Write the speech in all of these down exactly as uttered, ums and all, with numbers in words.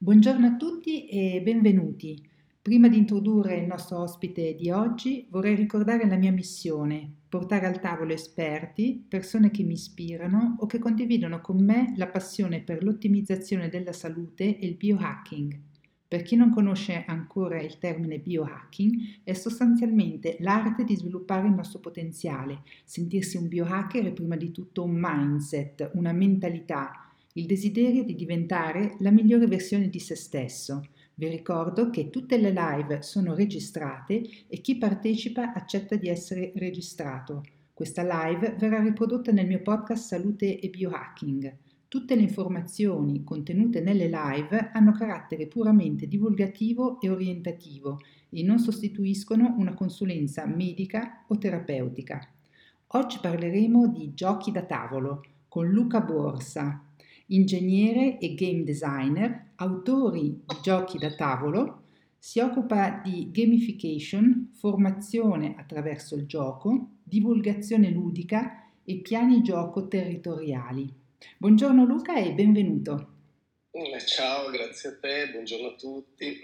Buongiorno a tutti e benvenuti. Prima di introdurre il nostro ospite di oggi, vorrei ricordare la mia missione: portare al tavolo esperti, persone che mi ispirano o che condividono con me la passione per l'ottimizzazione della salute e il biohacking. Per chi non conosce ancora il termine biohacking, è sostanzialmente l'arte di sviluppare il nostro potenziale. Sentirsi un biohacker è prima di tutto un mindset, una mentalità, il desiderio di diventare la migliore versione di se stesso. Vi ricordo che tutte le live sono registrate e chi partecipa accetta di essere registrato. Questa live verrà riprodotta nel mio podcast Salute e Biohacking. Tutte le informazioni contenute nelle live hanno carattere puramente divulgativo e orientativo e non sostituiscono una consulenza medica o terapeutica. Oggi parleremo di giochi da tavolo con Luca Borsa, ingegnere e game designer, autori di giochi da tavolo, si occupa di gamification, formazione attraverso il gioco, divulgazione ludica e piani gioco territoriali. Buongiorno Luca e benvenuto. Eh, Ciao, grazie a te, buongiorno a tutti.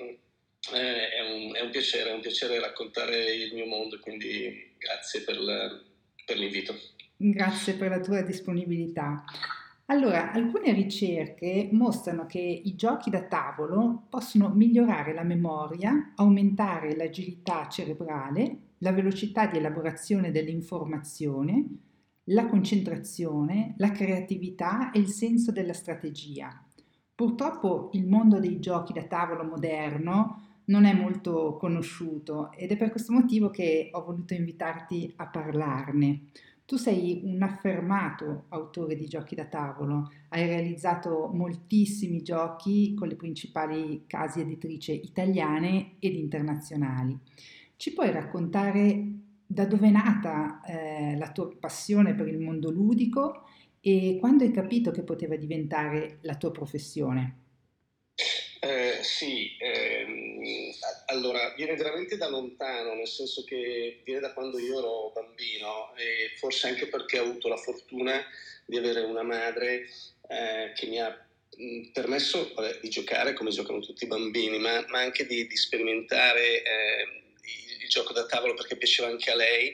Eh, è un, è un piacere, è un piacere raccontare il mio mondo, quindi grazie per, la- per l'invito. Grazie per la tua disponibilità. Allora, alcune ricerche mostrano che i giochi da tavolo possono migliorare la memoria, aumentare l'agilità cerebrale, la velocità di elaborazione dell'informazione, la concentrazione, la creatività e il senso della strategia. Purtroppo il mondo dei giochi da tavolo moderno non è molto conosciuto ed è per questo motivo che ho voluto invitarti a parlarne. Tu sei un affermato autore di giochi da tavolo, hai realizzato moltissimi giochi con le principali case editrici italiane ed internazionali. Ci puoi raccontare da dove è nata eh, la tua passione per il mondo ludico e quando hai capito che poteva diventare la tua professione? Eh, sì, ehm, a- allora viene veramente da lontano, nel senso che viene da quando io ero bambino e forse anche perché ho avuto la fortuna di avere una madre eh, che mi ha mh, permesso vabbè, di giocare come giocano tutti i bambini, ma, ma anche di, di sperimentare eh, il, il gioco da tavolo perché piaceva anche a lei.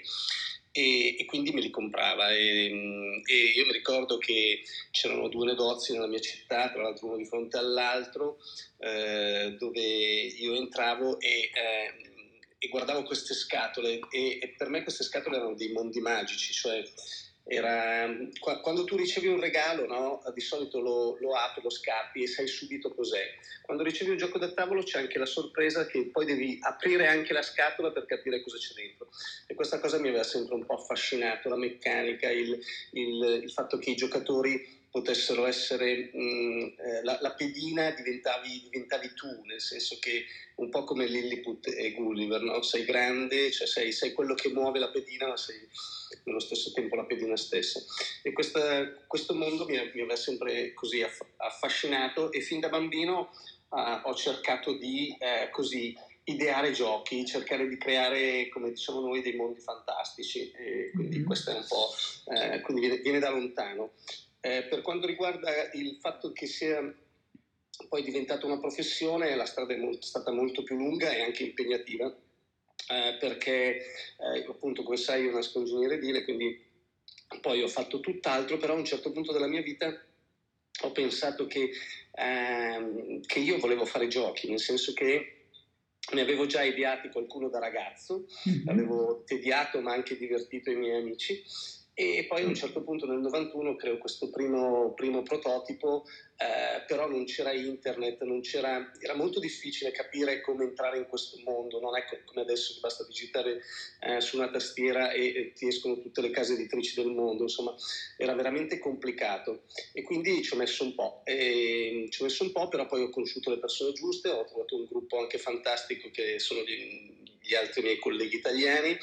E, e quindi me li comprava e, mh, e io mi ricordo che c'erano due negozi nella mia città, tra l'altro uno di fronte all'altro, eh, dove io entravo e, eh, e guardavo queste scatole e, e per me queste scatole erano dei mondi magici, cioè era, qua- quando tu ricevi un regalo, no, di solito lo, lo apri, lo scappi e sai subito cos'è. Quando ricevi un gioco da tavolo c'è anche la sorpresa che poi devi aprire anche la scatola per capire cosa c'è dentro. E questa cosa mi aveva sempre un po' affascinato, la meccanica, il, il, il fatto che i giocatori potessero essere mh, eh, la, la pedina diventavi, diventavi tu, nel senso che un po' come Lilliput e Gulliver, no? Sei grande, cioè sei, sei quello che muove la pedina, ma sei nello stesso tempo la pedina stessa. E questa, questo mondo mi, mi aveva sempre così aff- affascinato e fin da bambino eh, ho cercato di eh, così ideare giochi, cercare di creare, come diciamo noi, dei mondi fantastici. E quindi Mhm. questo è un po', eh, quindi viene, viene da lontano. Eh, per quanto riguarda il fatto che sia poi diventata una professione, la strada è molto, stata molto più lunga e anche impegnativa, eh, perché eh, appunto come sai io nasco ingegnere edile, quindi poi ho fatto tutt'altro, però a un certo punto della mia vita ho pensato che, ehm, che io volevo fare giochi, nel senso che ne avevo già ideati qualcuno da ragazzo, Mhm. avevo tediato ma anche divertito i miei amici e poi a un certo punto nel novantuno creo questo primo, primo prototipo, eh, però non c'era internet, non c'era, era molto difficile capire come entrare in questo mondo, non è come adesso che basta digitare eh, su una tastiera e, e ti escono tutte le case editrici del mondo, insomma era veramente complicato e quindi ci ho messo un po', e, ci ho messo un po', però poi ho conosciuto le persone giuste, ho trovato un gruppo anche fantastico che sono gli, gli altri miei colleghi italiani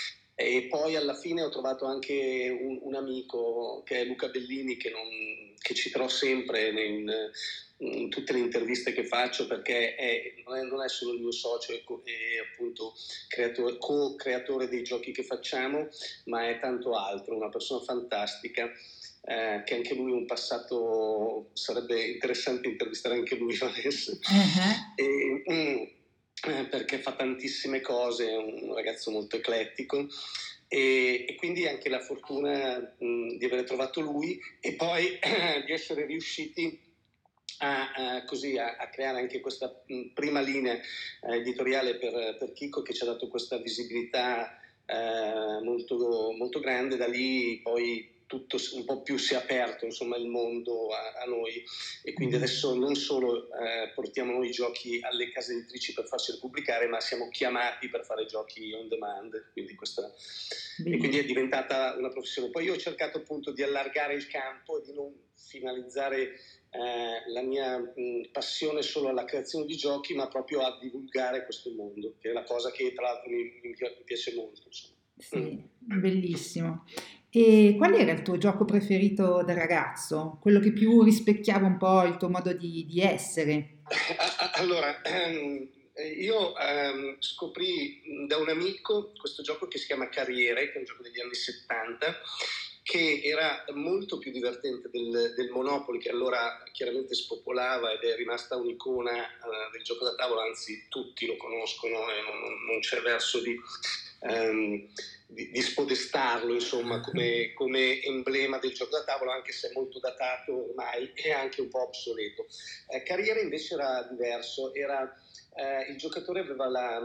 e poi alla fine ho trovato anche un, un amico che è Luca Bellini che, non, che citerò sempre in, in tutte le interviste che faccio perché è, non, è, non è solo il mio socio, è, è appunto creatore, co-creatore dei giochi che facciamo, ma è tanto altro, una persona fantastica. eh, che anche lui un passato, sarebbe interessante intervistare anche lui, Vanessa. Uh-huh. E, mm, eh, perché fa tantissime cose, è un ragazzo molto eclettico. E, e quindi anche la fortuna mh, di aver trovato lui e poi di essere riusciti a, a, così, a, a creare anche questa mh, prima linea eh, editoriale per, per Chicco, che ci ha dato questa visibilità eh, molto, molto grande. Da lì poi tutto un po' più si è aperto, insomma, il mondo a, a noi, e quindi adesso non solo eh, portiamo noi i giochi alle case editrici per farceli pubblicare, ma siamo chiamati per fare giochi on demand, quindi questa, e quindi è diventata una professione. Poi io ho cercato appunto di allargare il campo e di non finalizzare eh, la mia mh, passione solo alla creazione di giochi, ma proprio a divulgare questo mondo, che è la cosa che tra l'altro mi, mi piace molto, insomma. Sì, bellissimo. E qual era il tuo gioco preferito da ragazzo? Quello che più rispecchiava un po' il tuo modo di, di essere? Allora, ehm, io ehm, scoprì da un amico questo gioco che si chiama Carriere, che è un gioco degli anni settanta, che era molto più divertente del, del Monopoly, che allora chiaramente spopolava ed è rimasta un'icona uh, del gioco da tavola, anzi tutti lo conoscono e non, non c'è verso di... Um, Di, di spodestarlo, insomma, come, come emblema del gioco da tavola, anche se è molto datato ormai e anche un po' obsoleto. Eh, Carriere invece era diverso, era, eh, il giocatore aveva la,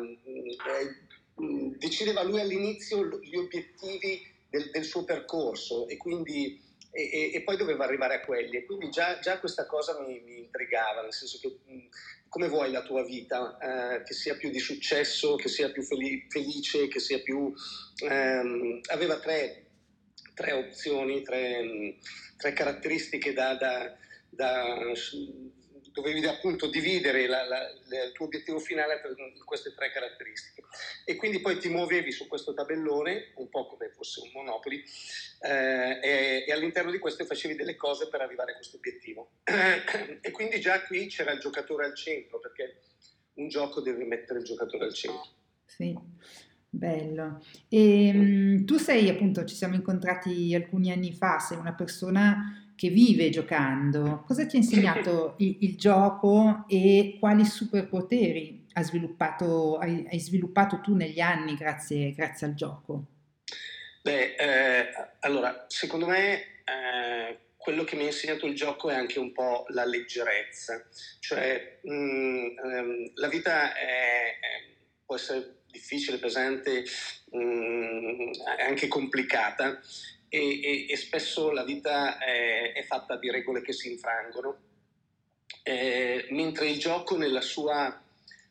eh, decideva lui all'inizio gli obiettivi del, del suo percorso e quindi e, e poi doveva arrivare a quelli, e quindi già, già questa cosa mi, mi intrigava, nel senso che mh, come vuoi la tua vita, eh, che sia più di successo, che sia più fel- felice, che sia più... Ehm, aveva tre, tre opzioni, tre, tre caratteristiche da... da, da dovevi appunto dividere la, la, la, il tuo obiettivo finale per queste tre caratteristiche, e quindi poi ti muovevi su questo tabellone un po' come fosse un Monopoly, eh, e, e all'interno di questo facevi delle cose per arrivare a questo obiettivo. E quindi già qui c'era il giocatore al centro, perché un gioco deve mettere il giocatore al centro. Sì, bello. E mm, tu sei, appunto, ci siamo incontrati alcuni anni fa, sei una persona che vive giocando. Cosa ti ha insegnato il, il gioco e quali superpoteri ha sviluppato, hai, hai sviluppato tu negli anni grazie, grazie al gioco? Beh, eh, allora, secondo me eh, quello che mi ha insegnato il gioco è anche un po' la leggerezza, cioè mh, ehm, la vita è, è- può essere difficile, pesante, mh, anche complicata, e, e- e spesso la vita è, è fatta di regole che si infrangono, eh, mentre il gioco nella sua,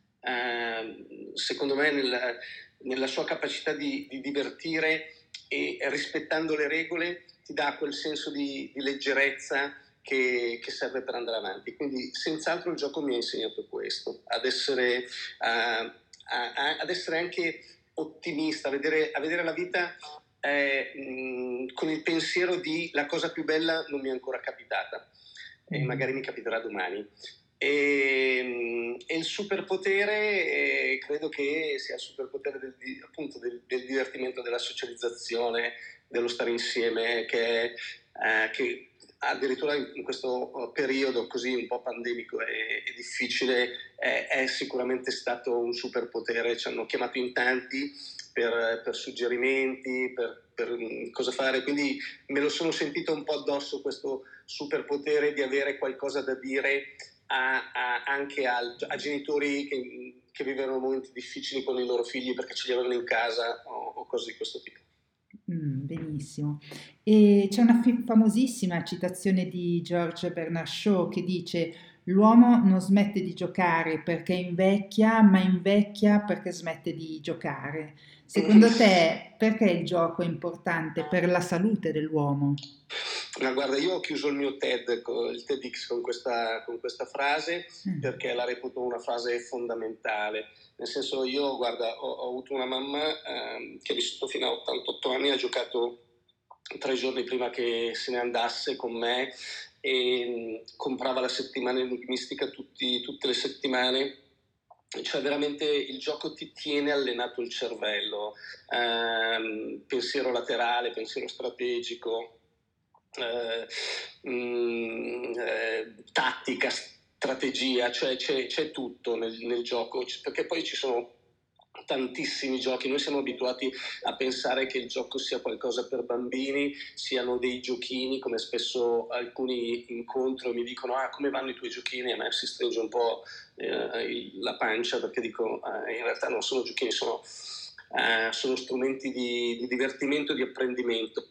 eh, secondo me, nella, nella sua capacità di, di divertire e rispettando le regole ti dà quel senso di, di leggerezza che, che serve per andare avanti. Quindi senz'altro il gioco mi ha insegnato questo, ad essere, uh, a, a, ad essere anche ottimista, a vedere, a vedere la vita eh, mh, con il pensiero di la cosa più bella non mi è ancora capitata e magari mi capiterà domani. E, e il superpotere eh, credo che sia il superpotere del, appunto del, del divertimento, della socializzazione, dello stare insieme, che, eh, che addirittura in, in questo periodo così un po' pandemico e, e difficile è, è sicuramente stato un superpotere. Ci hanno chiamato in tanti per, per suggerimenti, per, per cosa fare, quindi me lo sono sentito un po' addosso questo superpotere di avere qualcosa da dire a, a, anche a, a genitori che, che vivevano momenti difficili con i loro figli perché ce li avevano in casa o, o cose di questo tipo. Mm, benissimo. E c'è una fi- famosissima citazione di George Bernard Shaw che dice: l'uomo non smette di giocare perché invecchia, ma invecchia perché smette di giocare. Secondo te, perché il gioco è importante per la salute dell'uomo? Ma guarda, io ho chiuso il mio TED, il TEDx con questa, con questa frase, Mm. perché la reputo una frase fondamentale. Nel senso, io, guarda, ho, ho avuto una mamma ehm, che ha vissuto fino a ottantotto anni, ha giocato tre giorni prima che se ne andasse con me e mh, comprava la settimana enigmistica tutti, tutte le settimane. Cioè veramente il gioco ti tiene allenato il cervello, ehm, pensiero laterale, pensiero strategico, eh, mh, eh, tattica, strategia, cioè c'è, c'è tutto nel, nel gioco, perché poi ci sono tantissimi giochi. Noi siamo abituati a pensare che il gioco sia qualcosa per bambini, siano dei giochini, come spesso alcuni incontro mi dicono ah, come vanno i tuoi giochini, a me si stringe un po' eh, la pancia, perché dico eh, in realtà non sono giochini, sono, eh, sono strumenti di, di divertimento, di apprendimento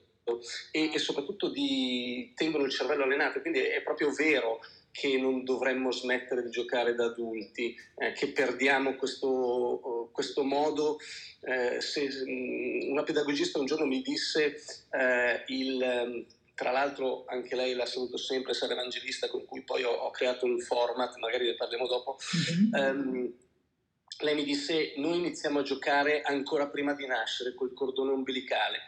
e, e soprattutto di, tengono il cervello allenato, quindi è proprio vero che non dovremmo smettere di giocare da adulti, eh, che perdiamo questo, questo modo. Eh, se, una pedagogista un giorno mi disse, eh, il, tra l'altro anche lei la saluto sempre, Sara Evangelista, con cui poi ho, ho creato un format, magari ne parliamo dopo, mm-hmm. um, lei mi disse noi iniziamo a giocare ancora prima di nascere col cordone ombelicale.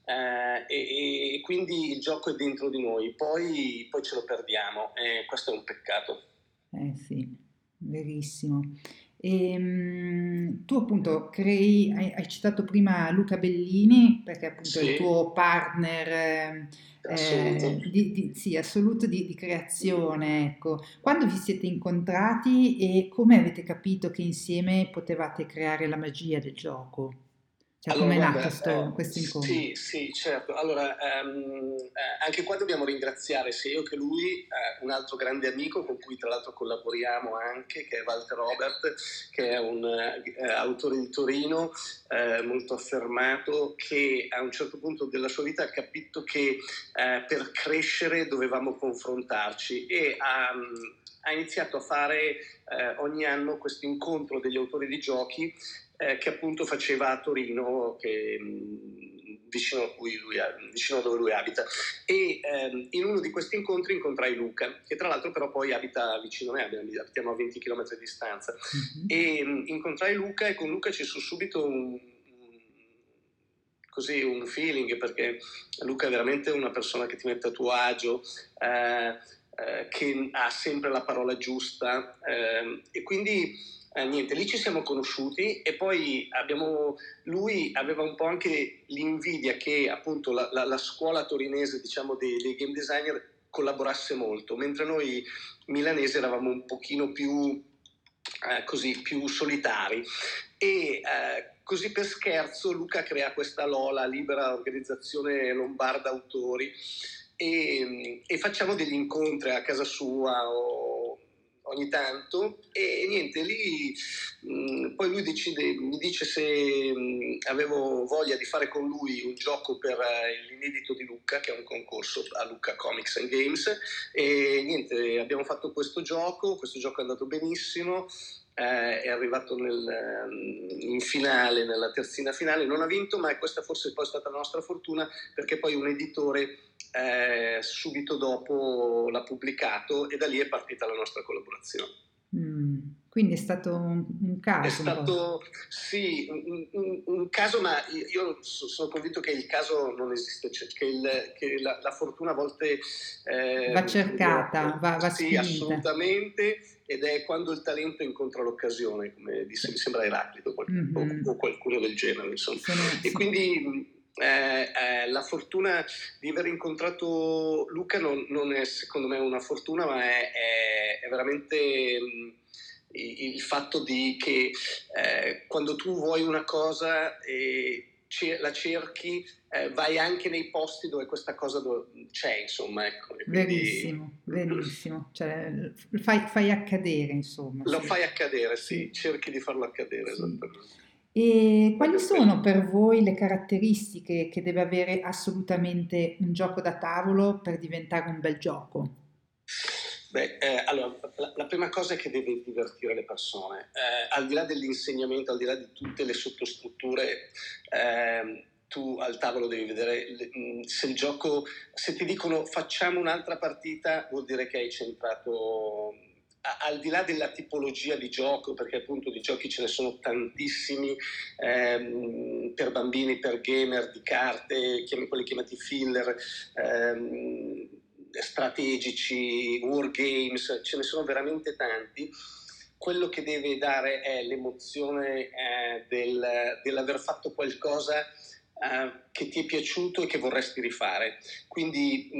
Uh, e, e quindi il gioco è dentro di noi, poi, poi ce lo perdiamo e questo è un peccato. Eh sì, verissimo. E, um, tu appunto crei, hai, hai citato prima Luca Bellini perché appunto sì. È il tuo partner eh, di, di, sì, assoluto di, di creazione, ecco. Quando vi siete incontrati e come avete capito che insieme potevate creare la magia del gioco? Cioè, allora, come è nato sto, eh, questo incontro? Sì, sì, certo. Allora, um, eh, anche qua dobbiamo ringraziare sia io che lui, eh, un altro grande amico con cui tra l'altro collaboriamo anche, che è Walter Robert, che è un eh, autore di Torino eh, molto affermato, che a un certo punto della sua vita ha capito che eh, per crescere dovevamo confrontarci e ha, ha iniziato a fare eh, ogni anno questo incontro degli autori di giochi Eh, che appunto faceva a Torino, che, mh, vicino, a cui lui, vicino a dove lui abita. E ehm, in uno di questi incontri incontrai Luca, che tra l'altro però poi abita vicino a me, abitiamo a venti chilometri di distanza. Mm-hmm. E mh, incontrai Luca e con Luca ci fu subito un, così, un feeling, perché Luca è veramente una persona che ti mette a tuo agio, eh, eh, che ha sempre la parola giusta eh, e quindi Eh, niente, lì ci siamo conosciuti e poi abbiamo, lui aveva un po' anche l'invidia che appunto la, la, la scuola torinese, diciamo, dei, dei game designer collaborasse molto, mentre noi milanesi eravamo un pochino più eh, così, più solitari e eh, così per scherzo Luca crea questa Lola, Libera Organizzazione Lombarda Autori, e, e facciamo degli incontri a casa sua o ogni tanto e niente, lì mh, poi lui decide, mi dice se mh, avevo voglia di fare con lui un gioco per uh, l'inedito di Lucca, che è un concorso a Lucca Comics and Games, e niente, abbiamo fatto questo gioco, questo gioco è andato benissimo, eh, è arrivato nel, in finale, nella terzina finale, non ha vinto, ma questa forse poi è stata la nostra fortuna, perché poi un editore eh, subito dopo l'ha pubblicato e da lì è partita la nostra collaborazione. Mm, quindi è stato un, un caso. È stato, sì, un, un, un caso, ma io sono convinto che il caso non esiste, cioè che, il, che la, la fortuna a volte eh, va cercata, va, va sì, spinta. Assolutamente, ed è quando il talento incontra l'occasione, come disse, sì. Mi sembra Eraclito qualche, mm-hmm. o, o qualcuno del genere, insomma. Sono, e sì. Quindi eh, eh, la fortuna di aver incontrato Luca non, non è secondo me una fortuna, ma è, è, è veramente mh, il fatto di che eh, quando tu vuoi una cosa e la cerchi, eh, vai anche nei posti dove questa cosa c'è, insomma. Ecco, quindi... Verissimo, verissimo. Cioè, fai, fai accadere, insomma. Lo sì. fai accadere, sì, sì, cerchi di farlo accadere, sì. Esattamente. E quali sono per voi le caratteristiche che deve avere assolutamente un gioco da tavolo per diventare un bel gioco? Beh, eh, allora, la, la prima cosa è che deve divertire le persone. Eh, al di là dell'insegnamento, al di là di tutte le sottostrutture, eh, tu al tavolo devi vedere se il gioco, se ti dicono facciamo un'altra partita, vuol dire che hai centrato, al di là della tipologia di gioco, perché appunto di giochi ce ne sono tantissimi, ehm, per bambini, per gamer, di carte, quelli chiamati filler, ehm, strategici, wargames, ce ne sono veramente tanti. Quello che deve dare è l'emozione eh, del, dell'aver fatto qualcosa uh, che ti è piaciuto e che vorresti rifare. Quindi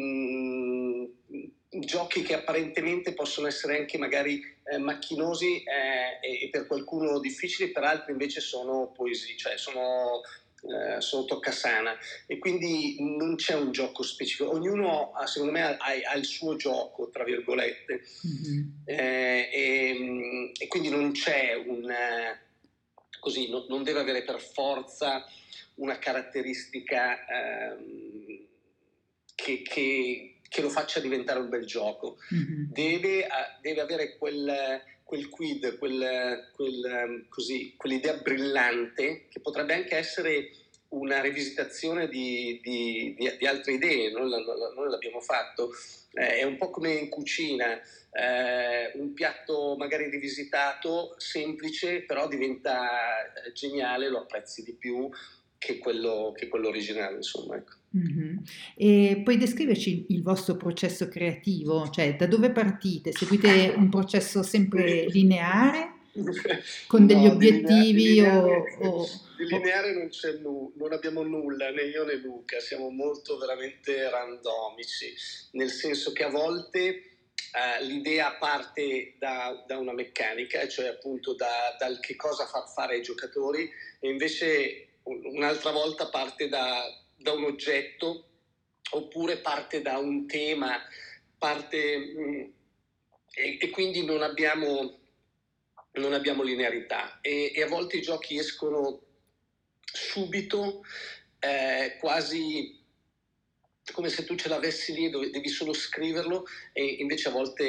mh, giochi che apparentemente possono essere anche magari eh, macchinosi eh, e, e per qualcuno difficili, per altri invece sono poesie, cioè sono, eh, sono toccasana, e quindi non c'è un gioco specifico, ognuno ha, secondo me ha, ha il suo gioco, tra virgolette. Mm-hmm. eh, e, e quindi non c'è un così, no, non deve avere per forza una caratteristica ehm, che, che, che lo faccia diventare un bel gioco. Mm-hmm. Deve, deve avere quel, quel quid, quel, quel, così, quell'idea brillante che potrebbe anche essere una rivisitazione di, di, di, di altre idee. Noi, noi l'abbiamo fatto, eh, è un po' come in cucina. Eh, un piatto magari rivisitato, semplice, però diventa eh, geniale, lo apprezzi di più che quello, che quello originale, insomma, ecco. Mm-hmm. E puoi descriverci il vostro processo creativo? Cioè, da dove partite? Seguite un processo sempre lineare? Con degli no, obiettivi di lineare, o, o... Di lineare non c'è nu- non abbiamo nulla, né io né Luca, siamo molto veramente randomici, nel senso che a volte Uh, l'idea parte da, da una meccanica, cioè appunto da, dal che cosa far fare ai giocatori, e invece un'altra volta parte da, da un oggetto, oppure parte da un tema, parte mh, e, e quindi non abbiamo, non abbiamo linearità, e, e a volte i giochi escono subito, eh, quasi come se tu ce l'avessi lì e devi solo scriverlo, e invece a volte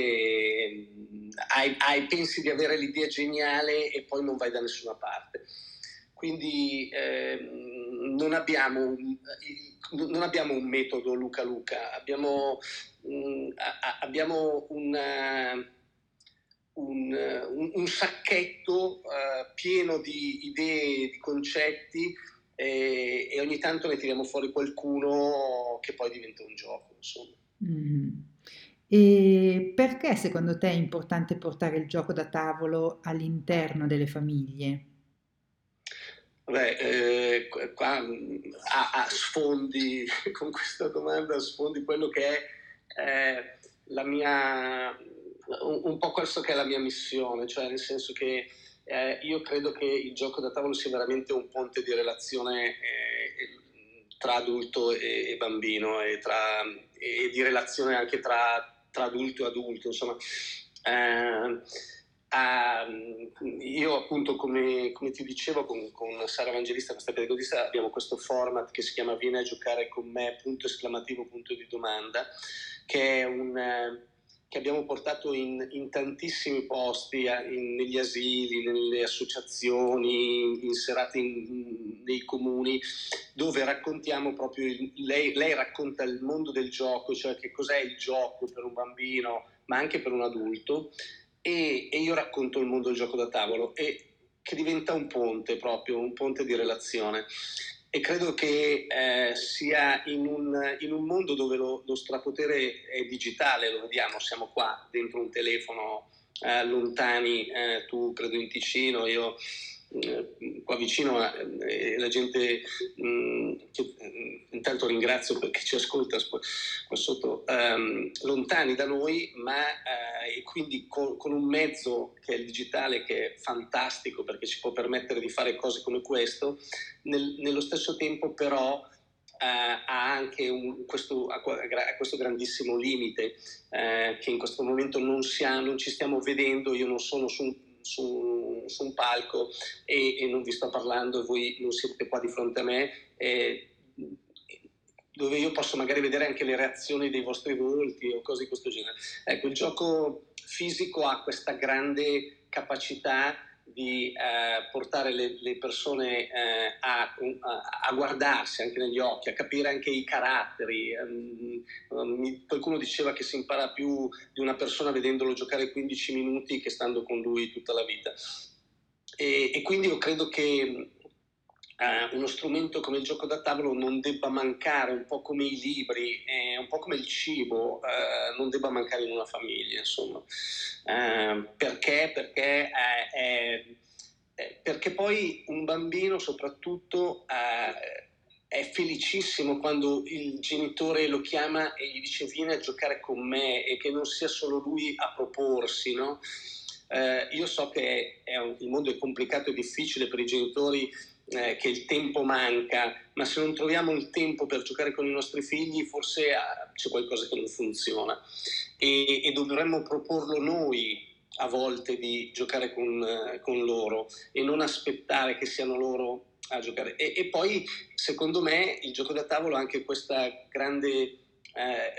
hai, hai, pensi di avere l'idea geniale e poi non vai da nessuna parte. Quindi eh, non, abbiamo, non abbiamo un metodo Luca Luca, abbiamo, mh, abbiamo una, un, un, un sacchetto uh, pieno di idee, di concetti, e, e ogni tanto ne tiriamo fuori qualcuno che poi diventa un gioco, insomma. Mm. E perché secondo te è importante portare il gioco da tavolo all'interno delle famiglie? Beh, eh, qua a, a sfondi, con questa domanda sfondi quello che è eh, la mia, un, un po' questo che è la mia missione, cioè nel senso che eh, io credo che il gioco da tavolo sia veramente un ponte di relazione eh, tra adulto e, e bambino, e, tra, e di relazione anche tra, tra adulto e adulto, insomma. Eh, Uh, io appunto come, come ti dicevo con, con Sara Evangelista, questa pedagogista, abbiamo questo format che si chiama Vieni a giocare con me, punto esclamativo, punto di domanda, che è un eh, che abbiamo portato in, in tantissimi posti, in, negli asili, nelle associazioni, in serate in, nei comuni, dove raccontiamo proprio il, lei, lei racconta il mondo del gioco, cioè che cos'è il gioco per un bambino ma anche per un adulto, E, e io racconto il mondo del gioco da tavolo, e che diventa un ponte, proprio un ponte di relazione. E credo che eh, sia in un, in un mondo dove lo, lo strapotere è digitale, lo vediamo, siamo qua dentro un telefono, eh, lontani, eh, tu credo in Ticino, io eh, qua vicino, eh, la gente mh, che, mh, intanto ringrazio perché ci ascolta qua sotto, ehm, lontani da noi, ma eh, e quindi con, con un mezzo che è il digitale, che è fantastico perché ci può permettere di fare cose come questo, nel, nello stesso tempo però Uh, ha anche un, questo, a, a questo grandissimo limite, uh, che in questo momento non, si ha, non ci stiamo vedendo, io non sono su un, su, su un palco e, e non vi sto parlando, voi non siete qua di fronte a me, eh, dove io posso magari vedere anche le reazioni dei vostri volti o cose di questo genere. Ecco, il gioco fisico ha questa grande capacità di eh, portare le, le persone eh, a, a, a guardarsi anche negli occhi, a capire anche i caratteri. Um, um, qualcuno diceva che si impara più di una persona vedendolo giocare quindici minuti che stando con lui tutta la vita. E, e quindi io credo che Uh, uno strumento come il gioco da tavolo non debba mancare, un po' come i libri, eh, un po' come il cibo, uh, non debba mancare in una famiglia, insomma. Uh, perché? Perché, eh, eh, perché poi un bambino soprattutto è felicissimo quando il genitore lo chiama e gli dice vieni a giocare con me, e che non sia solo lui a proporsi, no? Eh, io so che è un, il mondo è complicato e difficile per i genitori, eh, che il tempo manca, ma se non troviamo il tempo per giocare con i nostri figli forse eh, c'è qualcosa che non funziona, e, e dovremmo proporlo noi a volte di giocare con, eh, con loro, e non aspettare che siano loro a giocare. E, e poi secondo me il gioco da tavolo ha anche questa grande eh,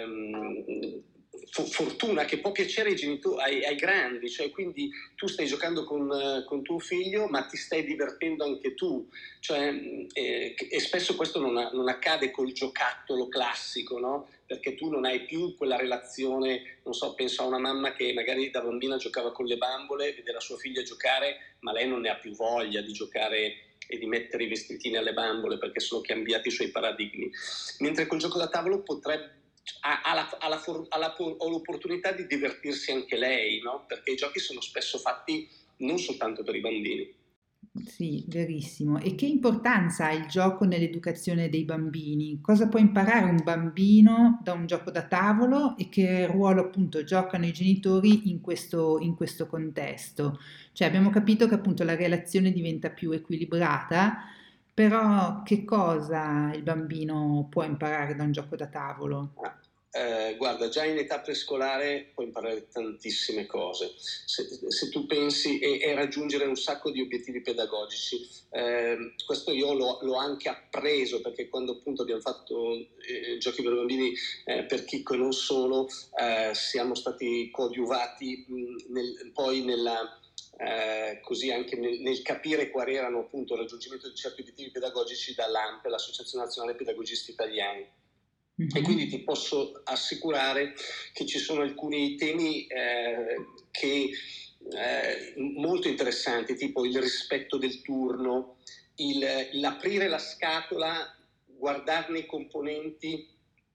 ehm, fortuna che può piacere ai genitori, ai, ai grandi, cioè quindi tu stai giocando con, con tuo figlio ma ti stai divertendo anche tu, cioè, eh, e spesso questo non, non accade col giocattolo classico, no? Perché tu non hai più quella relazione, non so, penso a una mamma che magari da bambina giocava con le bambole, vede la sua figlia giocare, ma lei non ne ha più voglia di giocare e di mettere i vestitini alle bambole perché sono cambiati i suoi paradigmi. Mentre col gioco da tavolo potrebbe ha, ha, la, ha, la, ha, la, ha l'opportunità di divertirsi anche lei, no? Perché i giochi sono spesso fatti non soltanto per i bambini. Sì, verissimo. E che importanza ha il gioco nell'educazione dei bambini? Cosa può imparare un bambino da un gioco da tavolo e che ruolo appunto giocano i genitori in questo, in questo contesto? Cioè abbiamo capito che appunto la relazione diventa più equilibrata, però che cosa il bambino può imparare da un gioco da tavolo? Eh, guarda, già in età prescolare puoi imparare tantissime cose, se, se tu pensi, e, e raggiungere un sacco di obiettivi pedagogici. Eh, questo io l'ho, l'ho anche appreso, perché quando appunto abbiamo fatto eh, giochi per bambini eh, per Chicco e non solo, eh, siamo stati coadiuvati mh, nel, poi nella... Eh, così anche nel, nel capire quali erano appunto il raggiungimento di certi obiettivi pedagogici dall'A N P E, l'Associazione Nazionale Pedagogisti Italiani. Mm-hmm. E quindi ti posso assicurare che ci sono alcuni temi eh, che eh, molto interessanti, tipo il rispetto del turno, il, l'aprire la scatola, guardarne i componenti,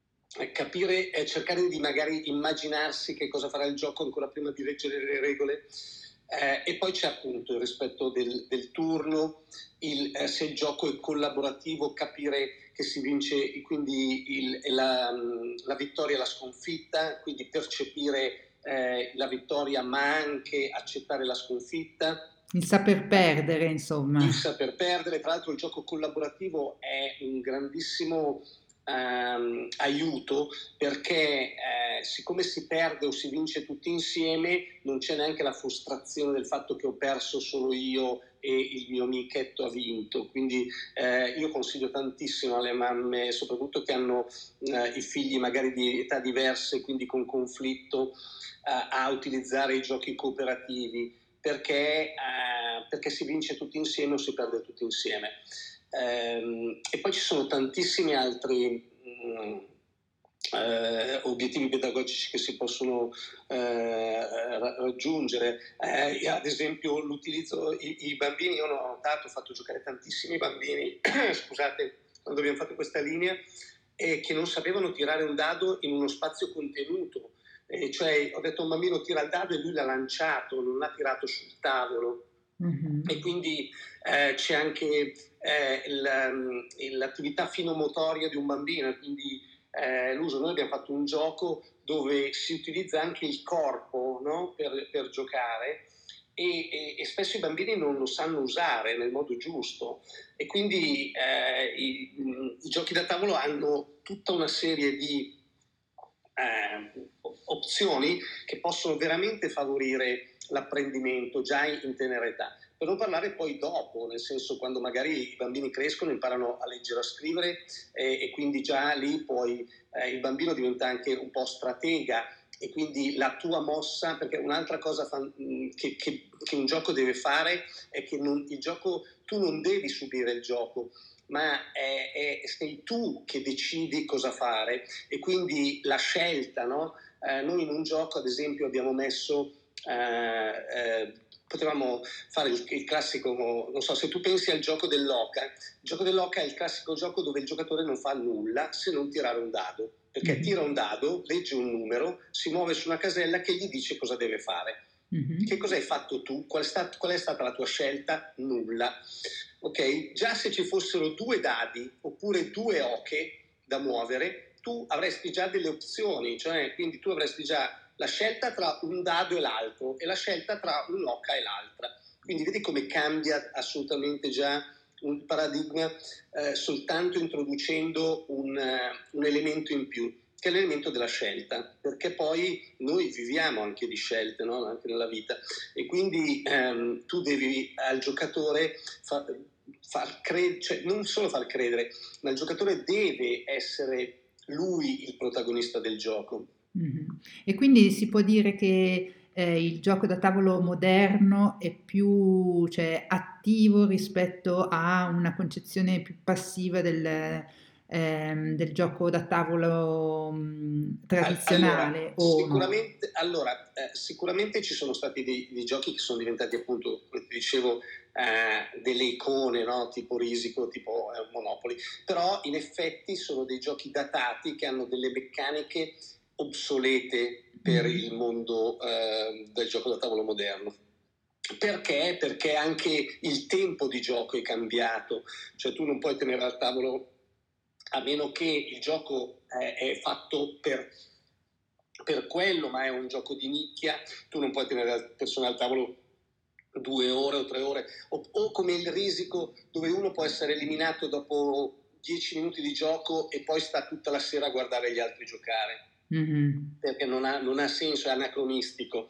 capire, eh, cercare di magari immaginarsi che cosa farà il gioco ancora prima di leggere le regole. Eh, e poi c'è appunto il rispetto del, del turno, il, eh, se il gioco è collaborativo, capire che si vince quindi il, la, la vittoria e la sconfitta, quindi percepire eh, la vittoria ma anche accettare la sconfitta. Il saper perdere, insomma. Il saper perdere, tra l'altro il gioco collaborativo è un grandissimo ehm, aiuto, perché eh, siccome si perde o si vince tutti insieme, non c'è neanche la frustrazione del fatto che ho perso solo io e il mio amichetto ha vinto. Quindi eh, io consiglio tantissimo alle mamme, soprattutto che hanno eh, i figli magari di età diverse, quindi con conflitto, eh, a utilizzare i giochi cooperativi, perché, eh, perché si vince tutti insieme o si perde tutti insieme. Eh, e poi ci sono tantissimi altri mh, eh, obiettivi pedagogici che si possono eh, raggiungere, eh, ad esempio l'utilizzo, i, i bambini, io ho notato, ho fatto giocare tantissimi bambini, scusate, quando abbiamo fatto questa linea, e che non sapevano tirare un dado in uno spazio contenuto. Eh, cioè ho detto a un bambino tira il dado e lui l'ha lanciato, non l'ha tirato sul tavolo. Mm-hmm. E quindi eh, c'è anche eh, il, l'attività finomotoria di un bambino, quindi eh, l'uso. Noi abbiamo fatto un gioco dove si utilizza anche il corpo, no? per, per giocare, e, e, e spesso i bambini non lo sanno usare nel modo giusto, e quindi eh, i, i giochi da tavolo hanno tutta una serie di Eh, opzioni che possono veramente favorire l'apprendimento già in tenera età, per non parlare poi dopo, nel senso quando magari i bambini crescono, imparano a leggere, a scrivere, eh, e quindi già lì poi eh, il bambino diventa anche un po' stratega, e quindi la tua mossa, perché un'altra cosa fan, che, che, che un gioco deve fare è che non, il gioco, tu non devi subire il gioco, ma è, è, sei tu che decidi cosa fare, e quindi la scelta, no? Eh, noi in un gioco, ad esempio, abbiamo messo, eh, eh, potevamo fare il, il classico, non so, se tu pensi al gioco dell'oca, il gioco dell'oca è il classico gioco dove il giocatore non fa nulla se non tirare un dado, perché tira un dado, legge un numero, si muove su una casella che gli dice cosa deve fare. Che Mhm. cosa hai fatto tu? Qual è, stat- qual è stata la tua scelta? Nulla. Ok? Già se ci fossero due dadi oppure due oche da muovere, tu avresti già delle opzioni, cioè quindi tu avresti già la scelta tra un dado e l'altro e la scelta tra un'oca e l'altra. Quindi vedi come cambia assolutamente già un paradigma eh, soltanto introducendo un, eh, un elemento in più, che è l'elemento della scelta, perché poi noi viviamo anche di scelte, no? Anche nella vita, e quindi ehm, tu devi al giocatore far, far credere, cioè non solo far credere, ma il giocatore deve essere lui il protagonista del gioco. Mhm. E quindi si può dire che eh, il gioco da tavolo moderno è più, cioè, attivo rispetto a una concezione più passiva del, ehm, del gioco da tavolo mh, Allora, tradizionale o no? sicuramente, allora, eh, sicuramente ci sono stati dei, dei giochi che sono diventati appunto, come ti dicevo, eh, delle icone, no? Tipo Risico, tipo eh, Monopoli, però in effetti sono dei giochi datati che hanno delle meccaniche obsolete per il Mhm. mondo eh, del gioco da tavolo moderno. Perché? Perché anche il tempo di gioco è cambiato, cioè tu non puoi tenere al tavolo, a meno che il gioco è, è fatto per, per quello, ma è un gioco di nicchia, tu non puoi tenere le persone al tavolo due ore o tre ore, o, o come il Risico, dove uno può essere eliminato dopo dieci minuti di gioco e poi sta tutta la sera a guardare gli altri giocare, Mhm. perché non ha, non ha senso, è anacronistico.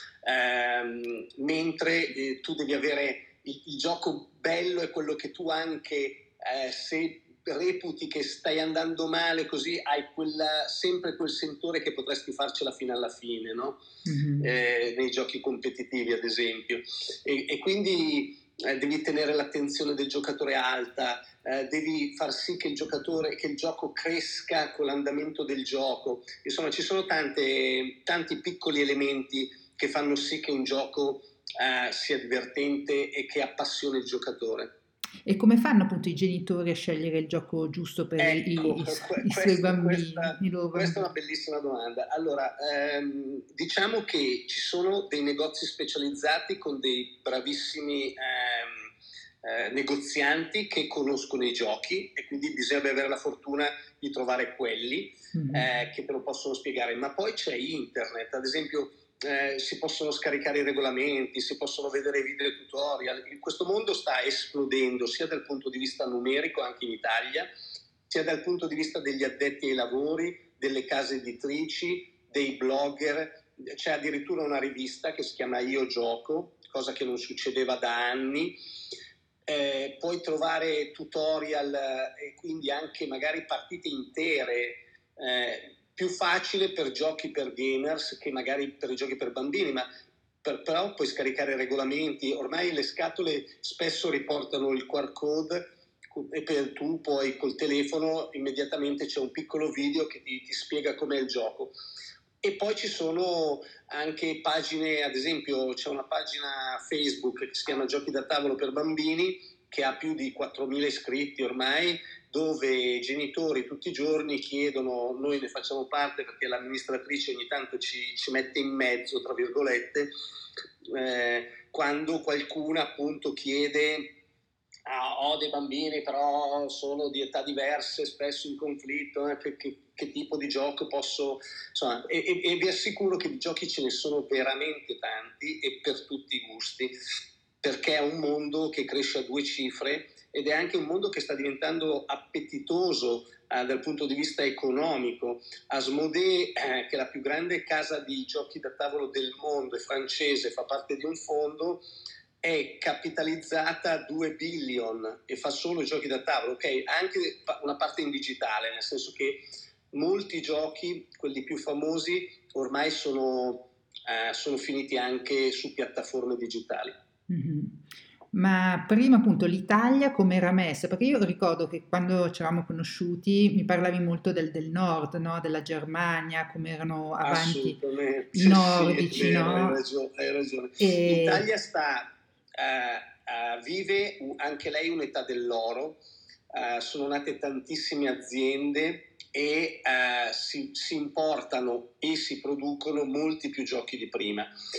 Ehm, mentre eh, tu devi avere il, il gioco bello è quello che tu anche eh, se reputi che stai andando male così hai quella, sempre quel sentore che potresti farcela fino alla fine, no? Mhm. Eh, nei giochi competitivi ad esempio, e, e quindi eh, devi tenere l'attenzione del giocatore alta, eh, devi far sì che il giocatore, che il gioco cresca con l'andamento del gioco. Insomma, ci sono tante, tanti piccoli elementi che fanno sì che un gioco eh, sia divertente e che appassioni il giocatore. E come fanno appunto i genitori a scegliere il gioco giusto per Ecco, i, i su- que- i suoi questa, bambini, questa, i loro questa è una bambini? bellissima domanda. Allora, ehm, diciamo che ci sono dei negozi specializzati con dei bravissimi ehm, eh, negozianti che conoscono i giochi e quindi bisogna avere la fortuna di trovare quelli Mhm. eh, che te lo possono spiegare. Ma poi c'è internet, ad esempio eh, si possono scaricare i regolamenti, si possono vedere video tutorial. Questo mondo sta esplodendo sia dal punto di vista numerico, anche in Italia, sia dal punto di vista degli addetti ai lavori, delle case editrici, dei blogger. C'è addirittura una rivista che si chiama Io Gioco, cosa che non succedeva da anni. Eh, puoi trovare tutorial eh, e quindi anche magari partite intere, eh, più facile per giochi per gamers che magari per i giochi per bambini, ma per, però puoi scaricare regolamenti, ormai le scatole spesso riportano il Q R code e per, tu puoi col telefono immediatamente c'è un piccolo video che ti, ti spiega com'è il gioco. E poi ci sono anche pagine, ad esempio c'è una pagina Facebook che si chiama Giochi da tavolo per bambini, che ha più di quattromila iscritti ormai, dove i genitori tutti i giorni chiedono, noi ne facciamo parte perché l'amministratrice ogni tanto ci, ci mette in mezzo, tra virgolette, eh, quando qualcuno appunto chiede, ah, ho dei bambini però sono di età diverse, spesso in conflitto, eh, che, che, che tipo di gioco posso... Insomma, e, e, e vi assicuro che di giochi ce ne sono veramente tanti e per tutti i gusti, perché è un mondo che cresce a due cifre ed è anche un mondo che sta diventando appetitoso eh, dal punto di vista economico. Asmodee, eh, che è la più grande casa di giochi da tavolo del mondo, è francese, fa parte di un fondo, è capitalizzata a due billion e fa solo giochi da tavolo, ok? Ha anche una parte in digitale, nel senso che molti giochi, quelli più famosi, ormai sono, eh, sono finiti anche su piattaforme digitali. Mhm. Ma prima appunto l'Italia come era messa? Perché io ricordo che quando ci eravamo conosciuti mi parlavi molto del, del nord, no? Della Germania, come erano avanti Assolutamente, i sì, è nordici, vero, hai no? ragione. Hai ragione. E... L'Italia sta, eh, eh, vive anche lei un'età dell'oro, eh, sono nate tantissime aziende e eh, si, si importano e si producono molti più giochi di prima.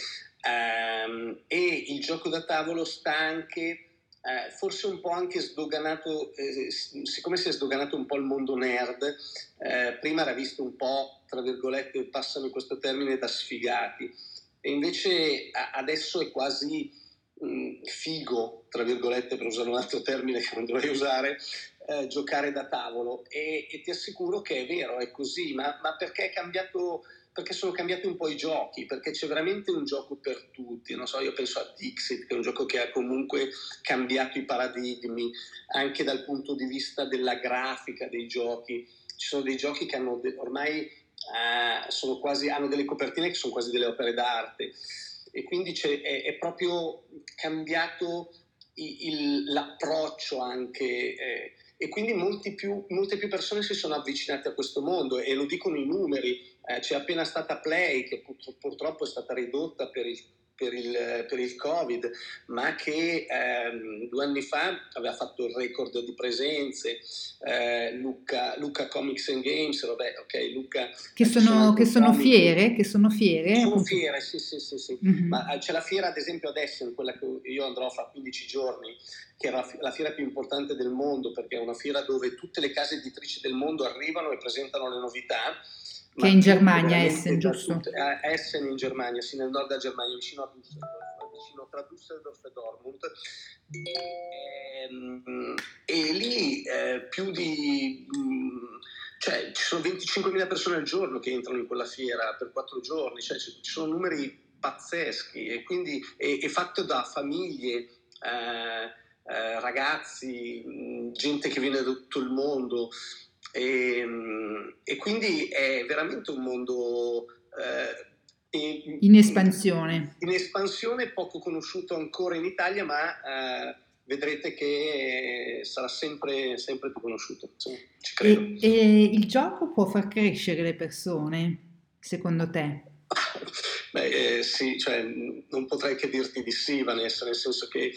Um, e il gioco da tavolo sta anche eh, forse un po' anche sdoganato, eh, siccome si è sdoganato un po' il mondo nerd, eh, prima era visto un po', tra virgolette, passami questo termine, da sfigati, e invece a- adesso è quasi mh, figo, tra virgolette, per usare un altro termine che non dovrei usare, eh, giocare da tavolo, e, e ti assicuro che è vero, è così, ma, ma perché è cambiato, perché sono cambiati un po' i giochi, perché c'è veramente un gioco per tutti, non so, io penso a Dixit, che è un gioco che ha comunque cambiato i paradigmi, anche dal punto di vista della grafica dei giochi. Ci sono dei giochi che hanno de- ormai eh, sono quasi, hanno delle copertine che sono quasi delle opere d'arte, e quindi c'è, è, è proprio cambiato il, il, l'approccio anche, eh, e quindi molti più, molte più persone si sono avvicinate a questo mondo, e lo dicono i numeri. Eh, c'è appena stata Play, che pur, purtroppo è stata ridotta per il, per il, per il Covid, ma che ehm, due anni fa aveva fatto il record di presenze. eh, Lucca, Lucca Comics and Games, vabbè, ok, Lucca, Che eh, ci sono sono, anche che i sono comic. fiere, che sono fiere, Sono appunto. fiere, sì, sì, sì, sì. Mhm. Ma eh, c'è la fiera, ad esempio, ad Essen, quella che io andrò fra quindici giorni, che era la fiera più importante del mondo, perché è una fiera dove tutte le case editrici del mondo arrivano e presentano le novità. Che è in Germania, Essen, giusto? Tutte, eh, Essen in Germania, sì, nel nord della Germania, vicino a Düsseldorf, vicino tra Düsseldorf e Dortmund. E, e lì eh, più di... Mh, cioè, ci sono venticinquemila persone al giorno che entrano in quella fiera per quattro giorni, cioè ci sono numeri pazzeschi, e quindi è, è fatto da famiglie, eh, eh, ragazzi, mh, gente che viene da tutto il mondo, e, e quindi è veramente un mondo eh, in espansione. In espansione, poco conosciuto ancora in Italia, ma eh, vedrete che sarà sempre, sempre più conosciuto. Sì, ci credo. E, e il gioco può far crescere le persone, secondo te? Beh, eh, sì, cioè, non potrei che dirti di sì, Vanessa, nel senso che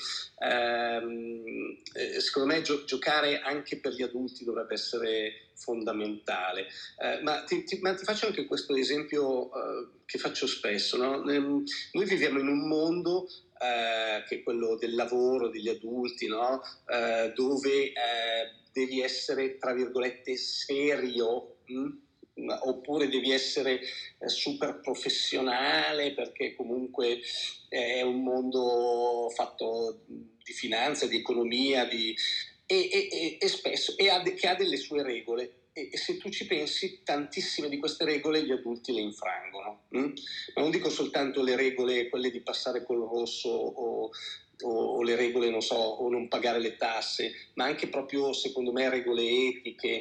ehm, eh, secondo me gio- giocare anche per gli adulti dovrebbe essere fondamentale. Eh, ma, ti, ti, ma ti faccio anche questo esempio eh, che faccio spesso, no? Noi viviamo in un mondo eh, che è quello del lavoro, degli adulti, no? Eh, dove eh, devi essere, tra virgolette, serio, mh? Oppure devi essere eh, super professionale, perché comunque è un mondo fatto di finanza, di economia, di... E, e, e spesso e ha de, che ha delle sue regole. E, e se tu ci pensi, tantissime di queste regole gli adulti le infrangono. Hm? Ma non dico soltanto le regole, quelle di passare col rosso o, o, o le regole, non so, o non pagare le tasse, ma anche proprio, secondo me, regole etiche,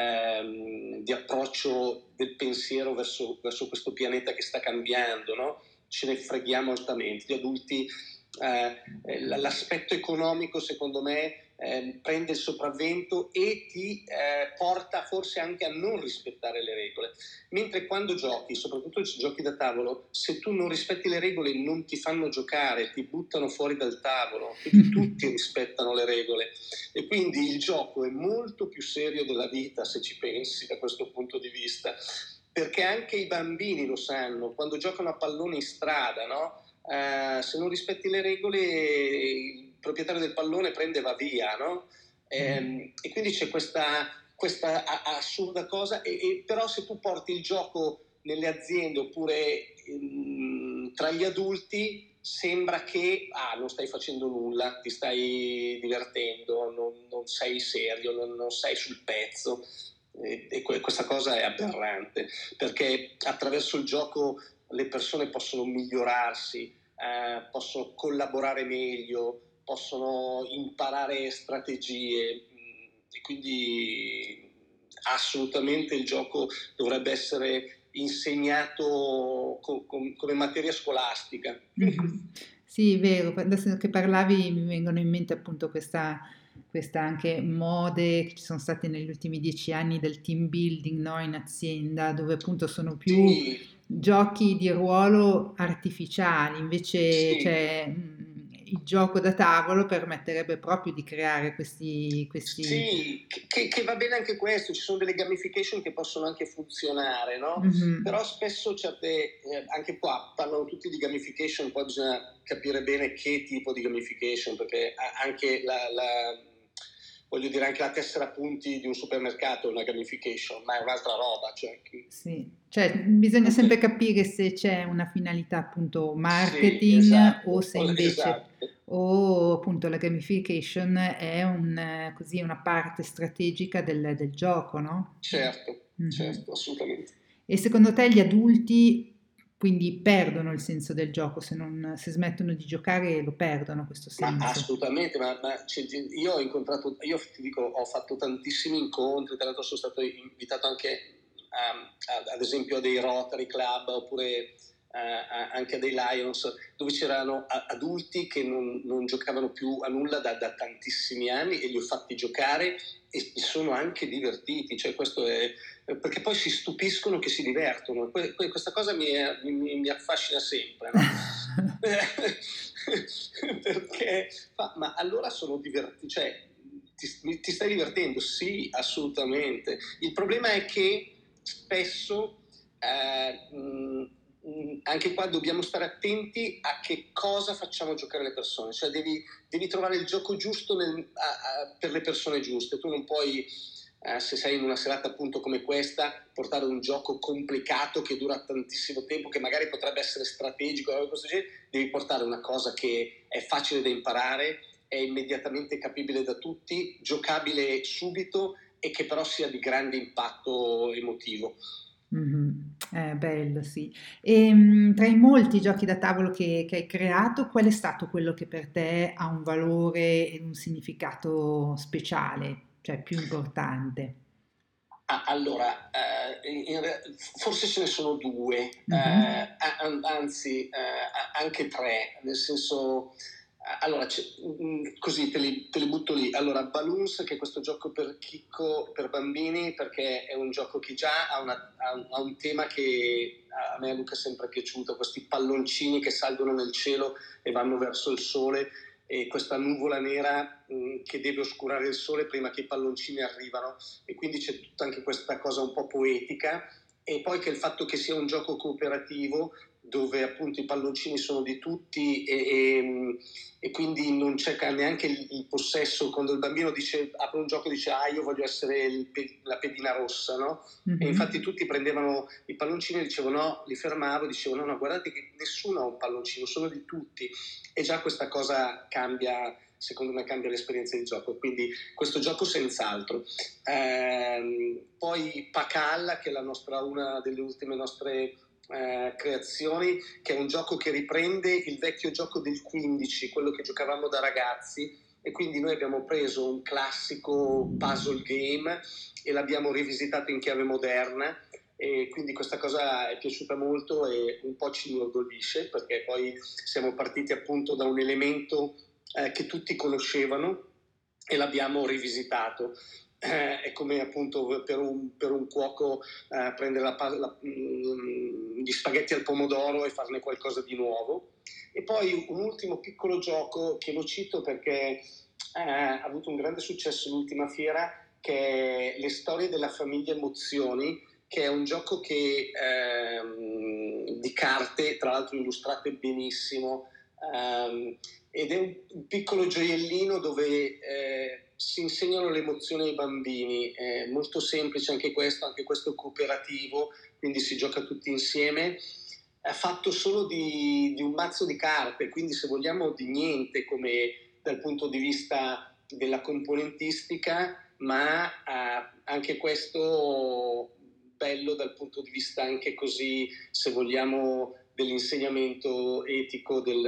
ehm, di approccio del pensiero verso, verso questo pianeta che sta cambiando, no? Ce ne freghiamo altamente. Gli adulti, eh, l'aspetto economico, secondo me, eh, prende il sopravvento e ti eh, porta forse anche a non rispettare le regole. Mentre quando giochi, soprattutto giochi da tavolo, se tu non rispetti le regole non ti fanno giocare, ti buttano fuori dal tavolo, quindi tutti rispettano le regole, e quindi il gioco è molto più serio della vita, se ci pensi da questo punto di vista, perché anche i bambini lo sanno, quando giocano a pallone in strada, no? Uh, se non rispetti le regole il proprietario del pallone prende e va via, no? E, e quindi c'è questa, questa assurda cosa, e, e però se tu porti il gioco nelle aziende oppure um, tra gli adulti, sembra che ah, non stai facendo nulla, ti stai divertendo, non, non sei serio, non, non sei sul pezzo, e, e questa cosa è aberrante, perché attraverso il gioco le persone possono migliorarsi, eh, possono collaborare meglio, possono imparare strategie, e quindi assolutamente il gioco dovrebbe essere insegnato co- com- come materia scolastica. Mm-hmm. Sì, vero, adesso che parlavi mi vengono in mente appunto questa, questa anche mode che ci sono state negli ultimi dieci anni del team building, no, in azienda, dove appunto sono più Sì, giochi di ruolo artificiali, invece sì. cioè, mh, il gioco da tavolo permetterebbe proprio di creare questi, questi... Sì, che, che va bene anche questo, ci sono delle gamification che possono anche funzionare, no? Mhm. Però spesso certe, eh, anche qua parlano tutti di gamification, poi bisogna capire bene che tipo di gamification, perché anche la, la voglio dire, anche la tessera punti di un supermercato è una gamification, ma è un'altra roba. Cioè, sì, cioè bisogna okay. sempre capire se c'è una finalità appunto marketing, sì, esatto, o se invece esatto. o appunto la gamification è un, così, una parte strategica del, del gioco, no? Certo, Mhm. certo, assolutamente. E secondo te gli adulti quindi perdono il senso del gioco, se, non, se smettono di giocare lo perdono questo senso? Ma assolutamente, ma, ma cioè, io ho incontrato, io ti dico, ho fatto tantissimi incontri, tra l'altro sono stato invitato anche a, a, ad esempio a dei Rotary Club oppure a, a, anche a dei Lions, dove c'erano adulti che non, non giocavano più a nulla da, da tantissimi anni e li ho fatti giocare e sono anche divertiti, cioè questo è, perché poi si stupiscono che si divertono, questa cosa mi, è, mi, mi affascina sempre, no? Perché fa, ma allora sono divertiti, cioè ti, ti stai divertendo? Sì, assolutamente. Il problema è che spesso eh, mh, mh, anche qua dobbiamo stare attenti a che cosa facciamo giocare le persone, cioè devi, devi trovare il gioco giusto nel, a, a, per le persone giuste. Tu non puoi, eh, se sei in una serata appunto come questa, portare un gioco complicato che dura tantissimo tempo, che magari potrebbe essere strategico, devi portare una cosa che è facile da imparare, è immediatamente capibile da tutti, giocabile subito e che però sia di grande impatto emotivo. Mm-hmm. È bello, sì. E, mh, tra i molti giochi da tavolo che, che hai creato, qual è stato quello che per te ha un valore e un significato speciale, cioè più importante? Ah, allora, eh, in, forse ce ne sono due, Mm-hmm. eh, anzi eh, anche tre, nel senso, allora, così te li, te li butto lì. Allora, Balloons, che è questo gioco per chicco, per bambini, perché è un gioco che già ha, una, ha, ha un tema che a me e a Luca è sempre piaciuto, questi palloncini che salgono nel cielo e vanno verso il sole, e questa nuvola nera mh, che deve oscurare il sole prima che i palloncini arrivano, e quindi c'è tutta anche questa cosa un po' poetica, e poi che il fatto che sia un gioco cooperativo dove appunto i palloncini sono di tutti e, e, e quindi non c'è neanche il, il possesso. Quando il bambino dice, apre un gioco e dice ah io voglio essere il, la pedina rossa, no? Mm-hmm. E infatti tutti prendevano i palloncini e dicevano no, li fermavo, dicevano no, no, guardate che nessuno ha un palloncino, sono di tutti, e già questa cosa cambia, secondo me cambia l'esperienza di gioco, quindi questo gioco senz'altro. Ehm, poi Pacalla, che è la nostra, una delle ultime nostre eh, creazioni, che è un gioco che riprende il vecchio gioco del quindici, quello che giocavamo da ragazzi, e quindi noi abbiamo preso un classico puzzle game e l'abbiamo rivisitato in chiave moderna, e quindi questa cosa è piaciuta molto e un po' ci inorgoglisce, perché poi siamo partiti appunto da un elemento eh, che tutti conoscevano e l'abbiamo rivisitato. Eh, è come appunto per un, per un cuoco eh, prendere la, la, mh, gli spaghetti al pomodoro e farne qualcosa di nuovo. E poi un ultimo piccolo gioco che lo cito perché eh, ha avuto un grande successo l'ultima fiera, che è Le storie della famiglia Emozioni, che è un gioco che, ehm, di carte, tra l'altro illustrate benissimo, ehm, ed è un, un piccolo gioiellino dove eh, si insegnano le emozioni ai bambini. È molto semplice anche questo, anche questo cooperativo, quindi si gioca tutti insieme. È fatto solo di, di un mazzo di carte, quindi se vogliamo di niente come dal punto di vista della componentistica, ma eh, anche questo bello dal punto di vista anche così, se vogliamo, dell'insegnamento etico, del,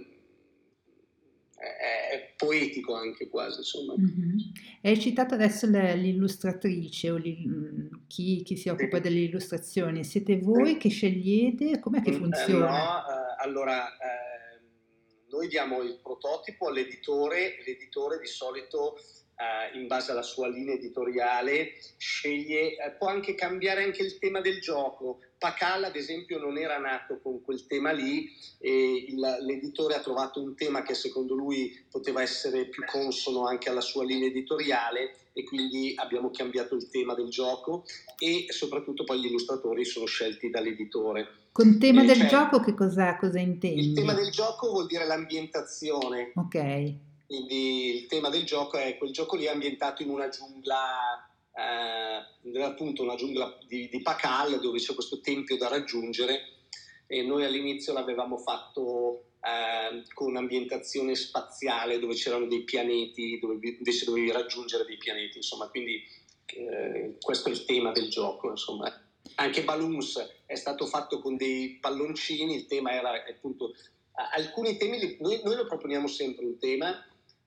è poetico anche quasi, insomma. Mm-hmm. Hai citato adesso le, l'illustratrice o chi, chi si occupa delle illustrazioni. Siete voi che scegliete? Com'è che funziona? No, eh, allora eh, noi diamo il prototipo all'editore, l'editore di solito eh, in base alla sua linea editoriale sceglie, eh, può anche cambiare anche il tema del gioco, Pakal, ad esempio, non era nato con quel tema lì, e il, l'editore ha trovato un tema che secondo lui poteva essere più consono anche alla sua linea editoriale, e quindi abbiamo cambiato il tema del gioco, e soprattutto poi gli illustratori sono scelti dall'editore. Con tema Eh, del cioè, gioco che cosa, cosa il tema intendi? del gioco vuol dire l'ambientazione, Ok, quindi il tema del gioco è quel gioco lì ambientato in una giungla, eh, appunto una giungla di, di Pakal, dove c'è questo tempio da raggiungere, e noi all'inizio l'avevamo fatto eh, con ambientazione spaziale, dove c'erano dei pianeti, dove invece dovevi raggiungere dei pianeti, insomma, quindi eh, questo è il tema del gioco, insomma. Anche Balloons è stato fatto con dei palloncini, il tema era appunto, alcuni temi li, noi, noi lo proponiamo sempre un tema,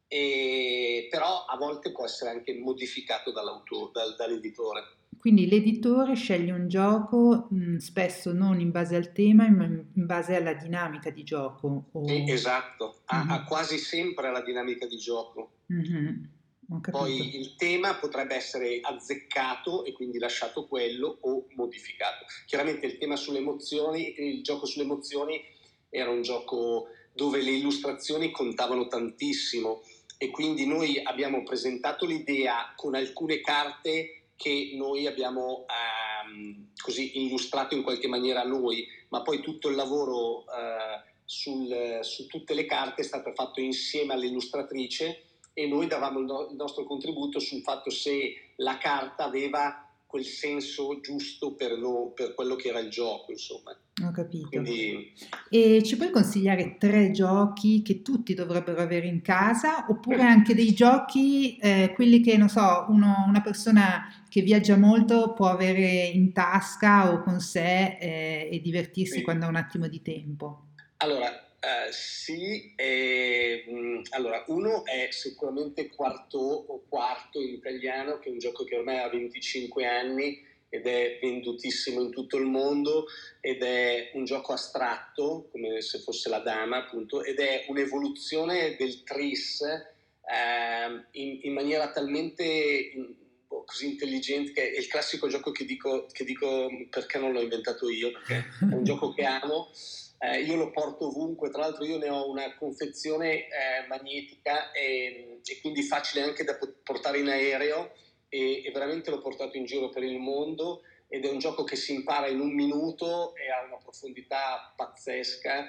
e, però a volte può essere anche modificato dall'autore, dal, dall'editore. quindi l'editore sceglie un gioco mh, spesso non in base al tema, ma in in base alla dinamica di gioco. Sì, O... esatto, ha, ha Mhm, quasi sempre la dinamica di gioco. mhm, ho capito. Poi il tema potrebbe essere azzeccato e quindi lasciato quello, o modificato. Chiaramente il tema sulle emozioni, il gioco sulle emozioni era un gioco dove le illustrazioni contavano tantissimo, e quindi noi abbiamo presentato l'idea con alcune carte che noi abbiamo ehm, così illustrato in qualche maniera noi, ma poi tutto il lavoro eh, sul, su tutte le carte è stato fatto insieme all'illustratrice, e noi davamo il, no- il nostro contributo sul fatto se la carta aveva quel senso giusto per, lo, per quello che era il gioco, insomma. Ho capito. Quindi E ci puoi consigliare tre giochi che tutti dovrebbero avere in casa, oppure anche dei giochi, eh, quelli che, non so, uno- una persona che viaggia molto può avere in tasca o con sé, eh, e divertirsi sì. quando ha un attimo di tempo? Allora, eh, sì, eh, mh, allora, uno è sicuramente Quarto o Quarto in italiano, che è un gioco che ormai ha venticinque anni ed è vendutissimo in tutto il mondo, ed è un gioco astratto, come se fosse la dama, appunto, ed è un'evoluzione del tris eh, in, in maniera talmente in- boh, così intelligente, che è il classico gioco che dico, che dico perché non l'ho inventato io, perché è un gioco che amo. Eh, io lo porto ovunque, tra l'altro io ne ho una confezione eh, magnetica, e, e quindi facile anche da portare in aereo, e, e veramente l'ho portato in giro per il mondo, ed è un gioco che si impara in un minuto e ha una profondità pazzesca,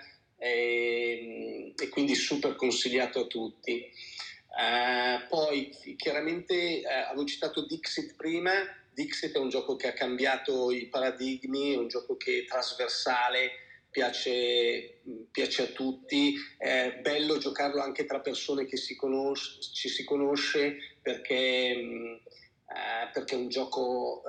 e, e quindi super consigliato a tutti. Uh, poi chiaramente uh, avevo citato Dixit prima. Dixit è un gioco che ha cambiato i paradigmi, è un gioco che è trasversale, piace, piace a tutti, è bello giocarlo anche tra persone che si conosce, ci si conosce, perché, eh, perché è un gioco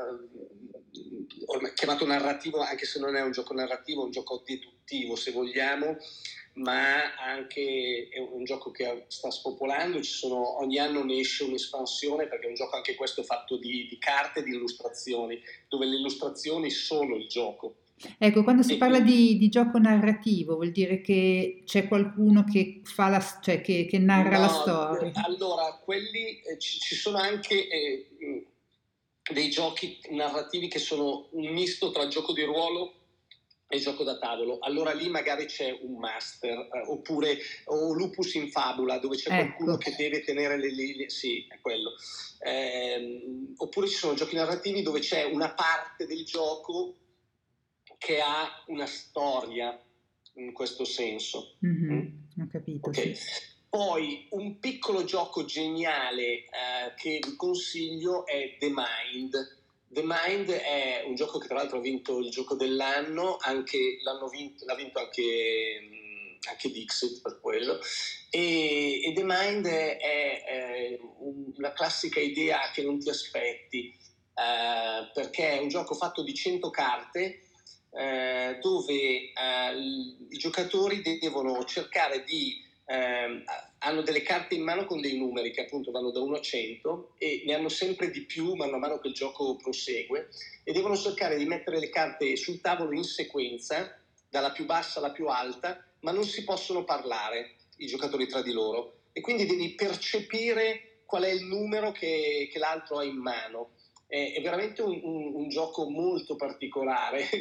eh, chiamato narrativo, anche se non è un gioco narrativo, è un gioco deduttivo se vogliamo, ma anche è un gioco che sta spopolando. Ci sono, ogni anno ne esce un'espansione, perché è un gioco anche questo fatto di, di carte e di illustrazioni, dove le illustrazioni sono il gioco. Ecco, quando si E parla quindi, di, di gioco narrativo, vuol dire che c'è qualcuno che fa la, cioè che, che narra la no, storia. allora, quelli eh, ci, ci sono anche eh, dei giochi narrativi che sono un misto tra gioco di ruolo e gioco da tavolo. Allora lì magari c'è un master, eh, oppure o Lupus in Fabula, dove c'è qualcuno Ecco, che deve tenere le linee, sì, è quello. Eh, oppure ci sono giochi narrativi dove c'è una parte del gioco che ha una storia, in questo senso. Mm? mhm, ho capito, Ok. sì. Poi un piccolo gioco geniale eh, che vi consiglio è The Mind. The Mind è un gioco che tra l'altro ha vinto il gioco dell'anno, anche, l'hanno vinto, l'ha vinto anche, mh, anche Dixit per quello. E, e The Mind è, è, è una classica idea che non ti aspetti, eh, perché è un gioco fatto di cento carte, eh, dove eh, i giocatori devono cercare di eh, hanno delle carte in mano con dei numeri che appunto vanno da uno a cento, e ne hanno sempre di più mano a mano che il gioco prosegue, e devono cercare di mettere le carte sul tavolo in sequenza, dalla più bassa alla più alta, ma non si possono parlare i giocatori tra di loro, e quindi devi percepire qual è il numero che, che l'altro ha in mano. È, è veramente un, un, un gioco molto particolare,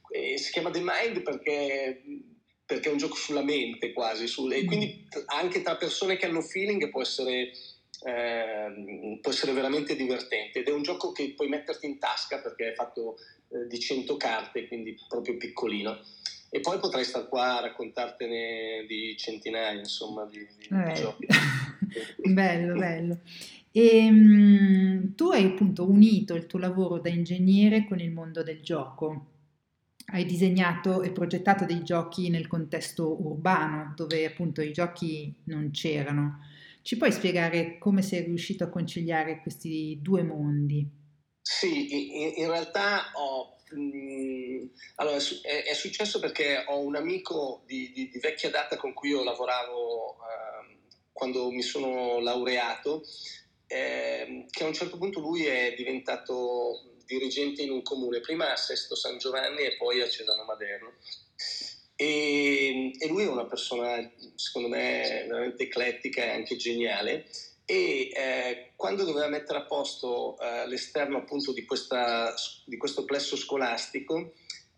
eh, si chiama The Mind perché, perché è un gioco sulla mente quasi, sul, e quindi anche tra persone che hanno feeling può essere, eh, può essere veramente divertente, ed è un gioco che puoi metterti in tasca perché è fatto eh, di cento carte, quindi proprio piccolino. E poi potrei star qua a raccontartene di centinaia, insomma, di, di, di Eh, giochi. bello, bello. E mm, tu hai appunto unito il tuo lavoro da ingegnere con il mondo del gioco. Hai disegnato e progettato dei giochi nel contesto urbano, dove appunto i giochi non c'erano. Ci puoi spiegare come sei riuscito a conciliare questi due mondi? Sì, in, in realtà ho, mh, allora, è, su- è- è successo perché ho un amico di, di- di vecchia data con cui io lavoravo ehm, quando mi sono laureato, ehm, che a un certo punto lui è diventato dirigente in un comune, prima a Sesto San Giovanni e poi a Cesano Maderno. E, e lui è una persona, secondo me, veramente eclettica e anche geniale, e eh, quando doveva mettere a posto eh, l'esterno appunto di, questa, di questo plesso scolastico,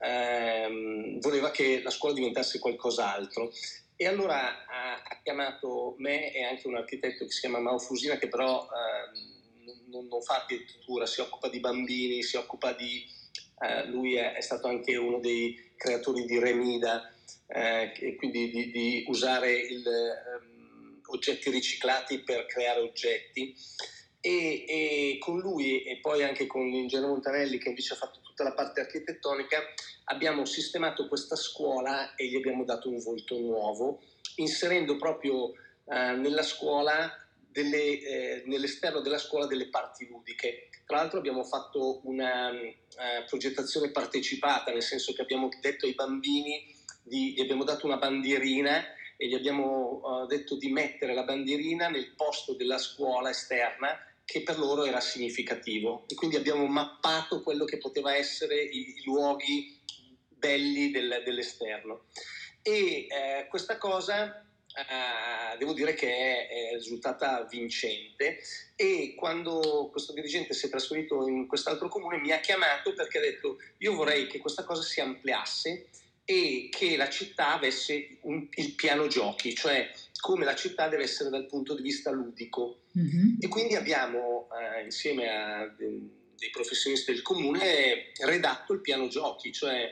ehm, voleva che la scuola diventasse qualcos'altro, e allora ha, ha chiamato me e anche un architetto che si chiama Mao Fusina, che però ehm, non, non fa architettura, si occupa di bambini, si occupa di eh, lui è, è stato anche uno dei creatori di Remida, eh, e quindi di, di usare il, ehm, oggetti riciclati per creare oggetti. E, e con lui e poi anche con l'ingegnere Montanelli, che invece ha fatto tutta la parte architettonica, abbiamo sistemato questa scuola e gli abbiamo dato un volto nuovo, inserendo proprio eh, nella scuola delle, eh, nell'esterno della scuola delle parti ludiche. Tra l'altro abbiamo fatto una eh, progettazione partecipata, nel senso che abbiamo detto ai bambini, di, gli abbiamo dato una bandierina e gli abbiamo uh, detto di mettere la bandierina nel posto della scuola esterna che per loro era significativo, e quindi abbiamo mappato quello che poteva essere i, i luoghi belli del, dell'esterno. E eh, questa cosa eh, devo dire che è, è risultata vincente, e quando questo dirigente si è trasferito in quest'altro comune mi ha chiamato perché ha detto: io vorrei che questa cosa si ampliasse e che la città avesse un, il piano giochi, cioè come la città deve essere dal punto di vista ludico. Mm-hmm. E quindi abbiamo, eh, insieme a de, dei professionisti del comune, redatto il piano giochi, cioè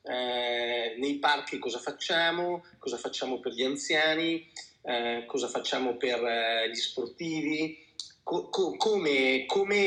eh, nei parchi cosa facciamo, cosa facciamo per gli anziani, eh, cosa facciamo per eh, gli sportivi, co- co- come, come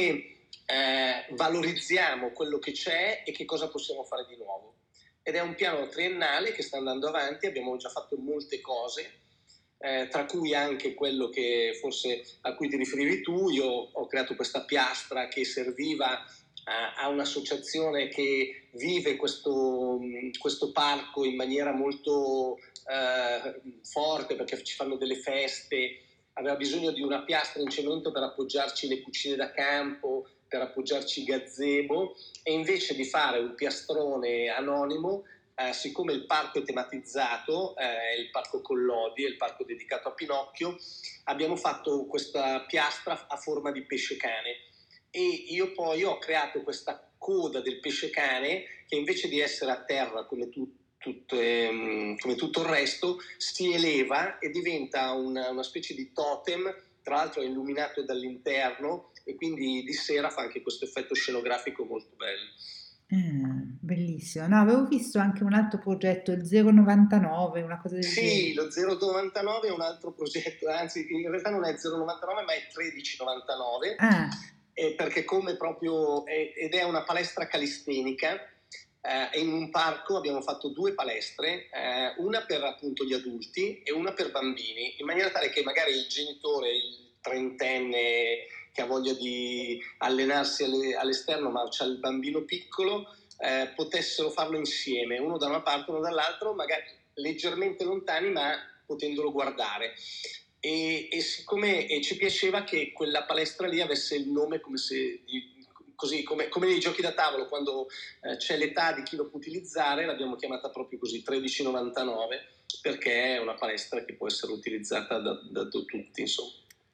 eh, valorizziamo quello che c'è e che cosa possiamo fare di nuovo. Ed è un piano triennale che sta andando avanti, abbiamo già fatto molte cose, eh, tra cui anche quello che forse a cui ti riferivi tu. Io ho creato questa piastra che serviva a, a un'associazione che vive questo, questo parco in maniera molto eh, forte, perché ci fanno delle feste, aveva bisogno di una piastra in cemento per appoggiarci le cucine da campo, per appoggiarci il gazebo, e invece di fare un piastrone anonimo, eh, siccome il parco è tematizzato, è eh, il parco Collodi, è il parco dedicato a Pinocchio, abbiamo fatto questa piastra a forma di pesce cane, e io poi ho creato questa coda del pesce cane che invece di essere a terra come, tu, tut, ehm, come tutto il resto, si eleva e diventa una, una specie di totem, tra l'altro è illuminato dall'interno e quindi di sera fa anche questo effetto scenografico molto bello. Ah, bellissimo. No, avevo visto anche un altro progetto, il zero novantanove, una cosa del Sì, genere. lo zero novantanove è un altro progetto, anzi in realtà non è zero novantanove ma è tredici novantanove, Ah, eh, perché come proprio, è, ed è una palestra calistenica, eh, in un parco abbiamo fatto due palestre, eh, una per appunto gli adulti e una per bambini, in maniera tale che magari il genitore, il trentenne che ha voglia di allenarsi alle, all'esterno ma c'ha il bambino piccolo, eh, potessero farlo insieme, uno da una parte, uno dall'altro, magari leggermente lontani ma potendolo guardare. E, e siccome e ci piaceva che quella palestra lì avesse il nome come se così come, come nei giochi da tavolo, quando eh, c'è l'età di chi lo può utilizzare, l'abbiamo chiamata proprio così, tredici novantanove, perché è una palestra che può essere utilizzata da, da, da tutti, insomma.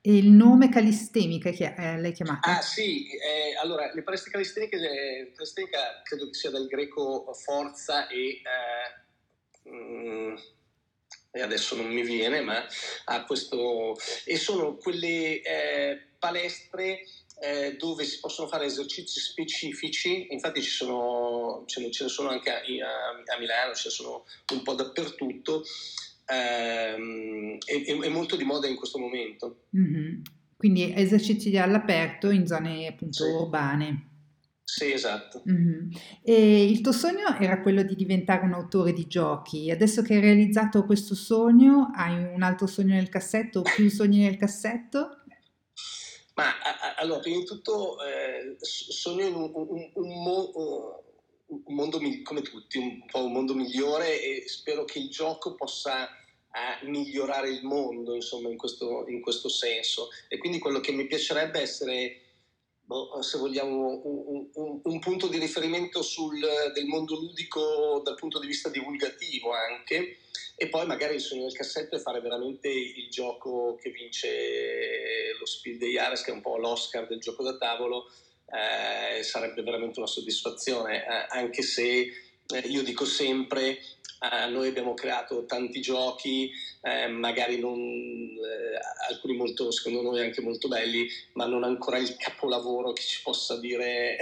E il nome calistemica che eh, l'hai chiamata? Ah sì, eh, allora le palestre calisteniche, eh, calistenica credo che sia dal greco forza e, eh, mm, e adesso non mi viene, ma ha questo... e sono quelle eh, palestre eh, dove si possono fare esercizi specifici, infatti ci sono, ce ne, ce ne sono anche a, a, a Milano, ce ne sono un po' dappertutto, ehm, è, è molto di moda in questo momento. Mhm. Quindi esercizi all'aperto in zone appunto Sì, urbane. sì, esatto. Mhm. E il tuo sogno era quello di diventare un autore di giochi. Adesso che hai realizzato questo sogno, hai un altro sogno nel cassetto o più sogni nel cassetto? Ma a- a- allora, prima di tutto eh, s- sogno in un, un- un mo- uh, un mondo mi- come tutti, un po' un mondo migliore e spero che il gioco possa eh, migliorare il mondo, insomma, in questo, in questo senso. E quindi quello che mi piacerebbe è essere, boh, se vogliamo, un, un- un punto di riferimento sul, del mondo ludico dal punto di vista divulgativo anche, e poi magari il sogno del cassetto è fare veramente il gioco che vince lo Spiel des Jahres, che è un po' l'Oscar del gioco da tavolo, eh, sarebbe veramente una soddisfazione, eh, anche se eh, io dico sempre, eh, noi abbiamo creato tanti giochi, eh, magari non, eh, alcuni molto, secondo noi anche molto belli, ma non ancora il capolavoro che ci possa dire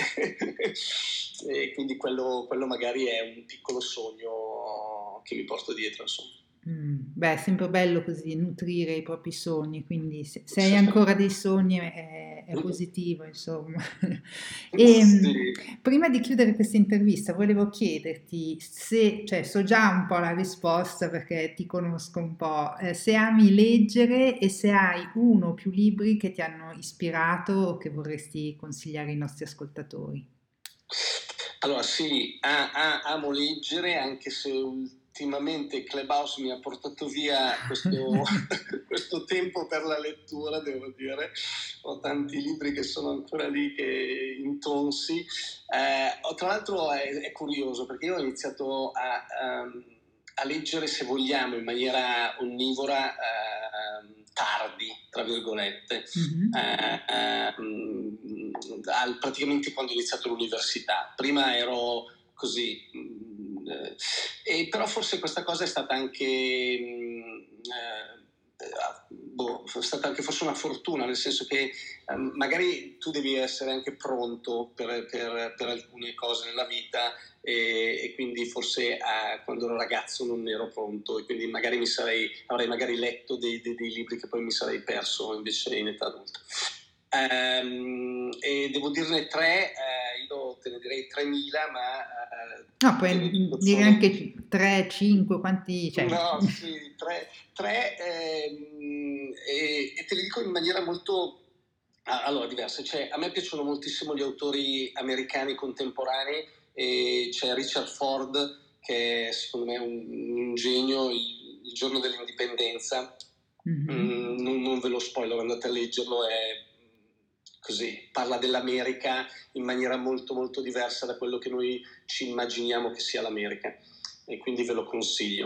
e quindi quello, quello magari è un piccolo sogno che mi porto dietro, insomma. Mm, beh, è sempre bello così nutrire i propri sogni, quindi se, se hai ancora dei sogni è, è positivo, insomma. E, mm, Sì. prima di chiudere questa intervista, volevo chiederti se, cioè so già un po' la risposta perché ti conosco un po', eh, se ami leggere e se hai uno o più libri che ti hanno ispirato o che vorresti consigliare ai nostri ascoltatori. Allora sì, a- a- amo leggere, anche se ultimamente Clubhouse mi ha portato via questo, questo tempo per la lettura, devo dire. Ho tanti libri che sono ancora lì che intonsi. Eh, ho- tra l'altro è, è curioso perché io ho iniziato a, ehm, a leggere, se vogliamo, in maniera onnivora, ehm, tardi, tra virgolette, Mhm. eh, eh, mh, al- praticamente quando ho iniziato l'università. Prima ero così, mh, eh, e però forse questa cosa è stata anche, mh, eh, boh, è stata anche forse una fortuna, nel senso che eh, magari tu devi essere anche pronto per, per- per alcune cose nella vita e, e quindi forse eh, quando ero ragazzo non ero pronto e quindi magari mi sarei, avrei magari letto dei, dei- dei libri che poi mi sarei perso invece in età adulta. Ehm, e devo dirne tre, eh, io te ne direi tremila, ma eh, No, te ne puoi dico dire solo... anche tre, cinque, quanti, cioè... No, sì, tre, tre ehm, e, e te li dico in maniera molto... ah, allora, diverse. Cioè, a me piacciono moltissimo gli autori americani contemporanei e c'è Richard Ford, che è secondo me un, un genio, il, il giorno dell'indipendenza. Mhm. Mm, non, non ve lo spoiler, andate a leggerlo, è così, parla dell'America in maniera molto molto diversa da quello che noi ci immaginiamo che sia l'America e quindi ve lo consiglio.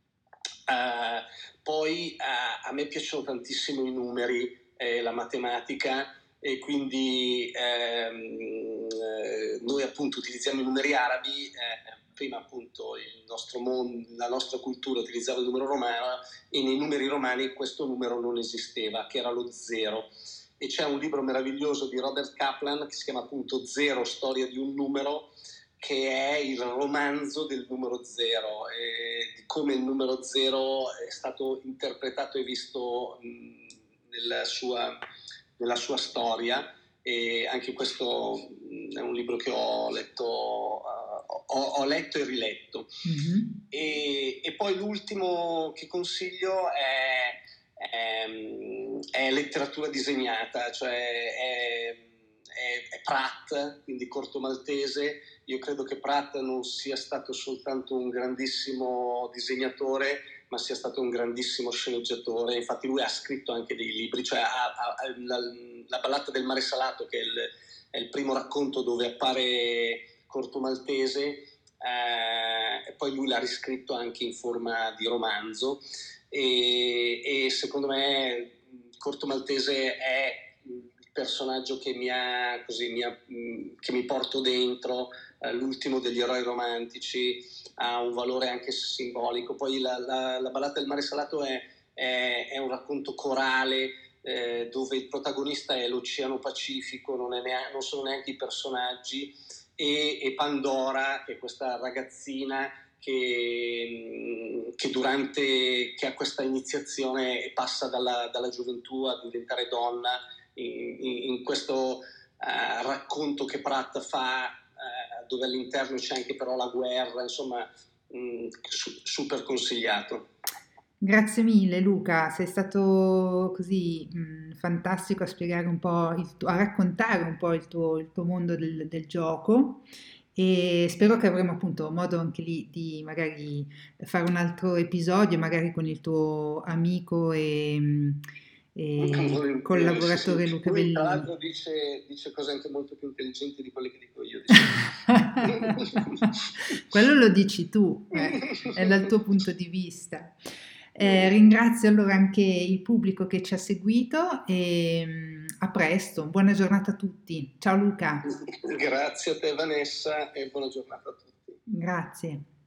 Uh, poi uh, a me piacciono tantissimo i numeri e la matematica e quindi ehm, eh, noi appunto utilizziamo i numeri arabi, eh, prima appunto il nostro mondo, la nostra cultura utilizzava il numero romano e nei numeri romani questo numero non esisteva, che era lo zero. E c'è un libro meraviglioso di Robert Kaplan che si chiama appunto Zero, storia di un numero, che è il romanzo del numero zero e di come il numero zero è stato interpretato e visto mh, nella, sua, nella sua storia. E anche questo mh, è un libro che ho letto, uh, ho, ho letto e riletto. Mhm. E, e poi l'ultimo che consiglio è, è, è letteratura disegnata, cioè è, è, è Pratt, quindi Corto Maltese. Io credo che Pratt non sia stato soltanto un grandissimo disegnatore, ma sia stato un grandissimo sceneggiatore. Infatti lui ha scritto anche dei libri, cioè ha, ha, ha, la, la ballata del mare salato, che è il, è il primo racconto dove appare Corto Maltese, eh, e poi lui l'ha riscritto anche in forma di romanzo e, e secondo me Corto Maltese è il personaggio che mi ha, così, mi ha, che mi porto dentro, eh, l'ultimo degli eroi romantici, ha un valore anche simbolico. Poi la, la, la Ballata del mare salato è, è, è un racconto corale, eh, dove il protagonista è l'Oceano Pacifico, non, è neanche, non sono neanche i personaggi, e, e Pandora, che è questa ragazzina che, che durante che ha questa iniziazione e passa dalla, dalla gioventù a diventare donna, in, in questo uh, racconto che Pratt fa, uh, dove all'interno c'è anche però la guerra, insomma, mh, su, super consigliato. Grazie mille Luca, sei stato così mh, fantastico a spiegare un po', il tuo, a raccontare un po' il tuo, il tuo mondo del, del gioco, e spero che avremo appunto modo anche lì di magari fare un altro episodio, magari con il tuo amico e, mh, e collaboratore sì. Luca Lui Bellini. tra l'altro dice, dice cose anche molto più intelligenti di quelle che dico io. Quello lo dici tu, eh, è dal tuo punto di vista. Eh, ringrazio allora anche il pubblico che ci ha seguito e mm, a presto, buona giornata a tutti. Ciao Luca. Grazie a te Vanessa e buona giornata a tutti. Grazie.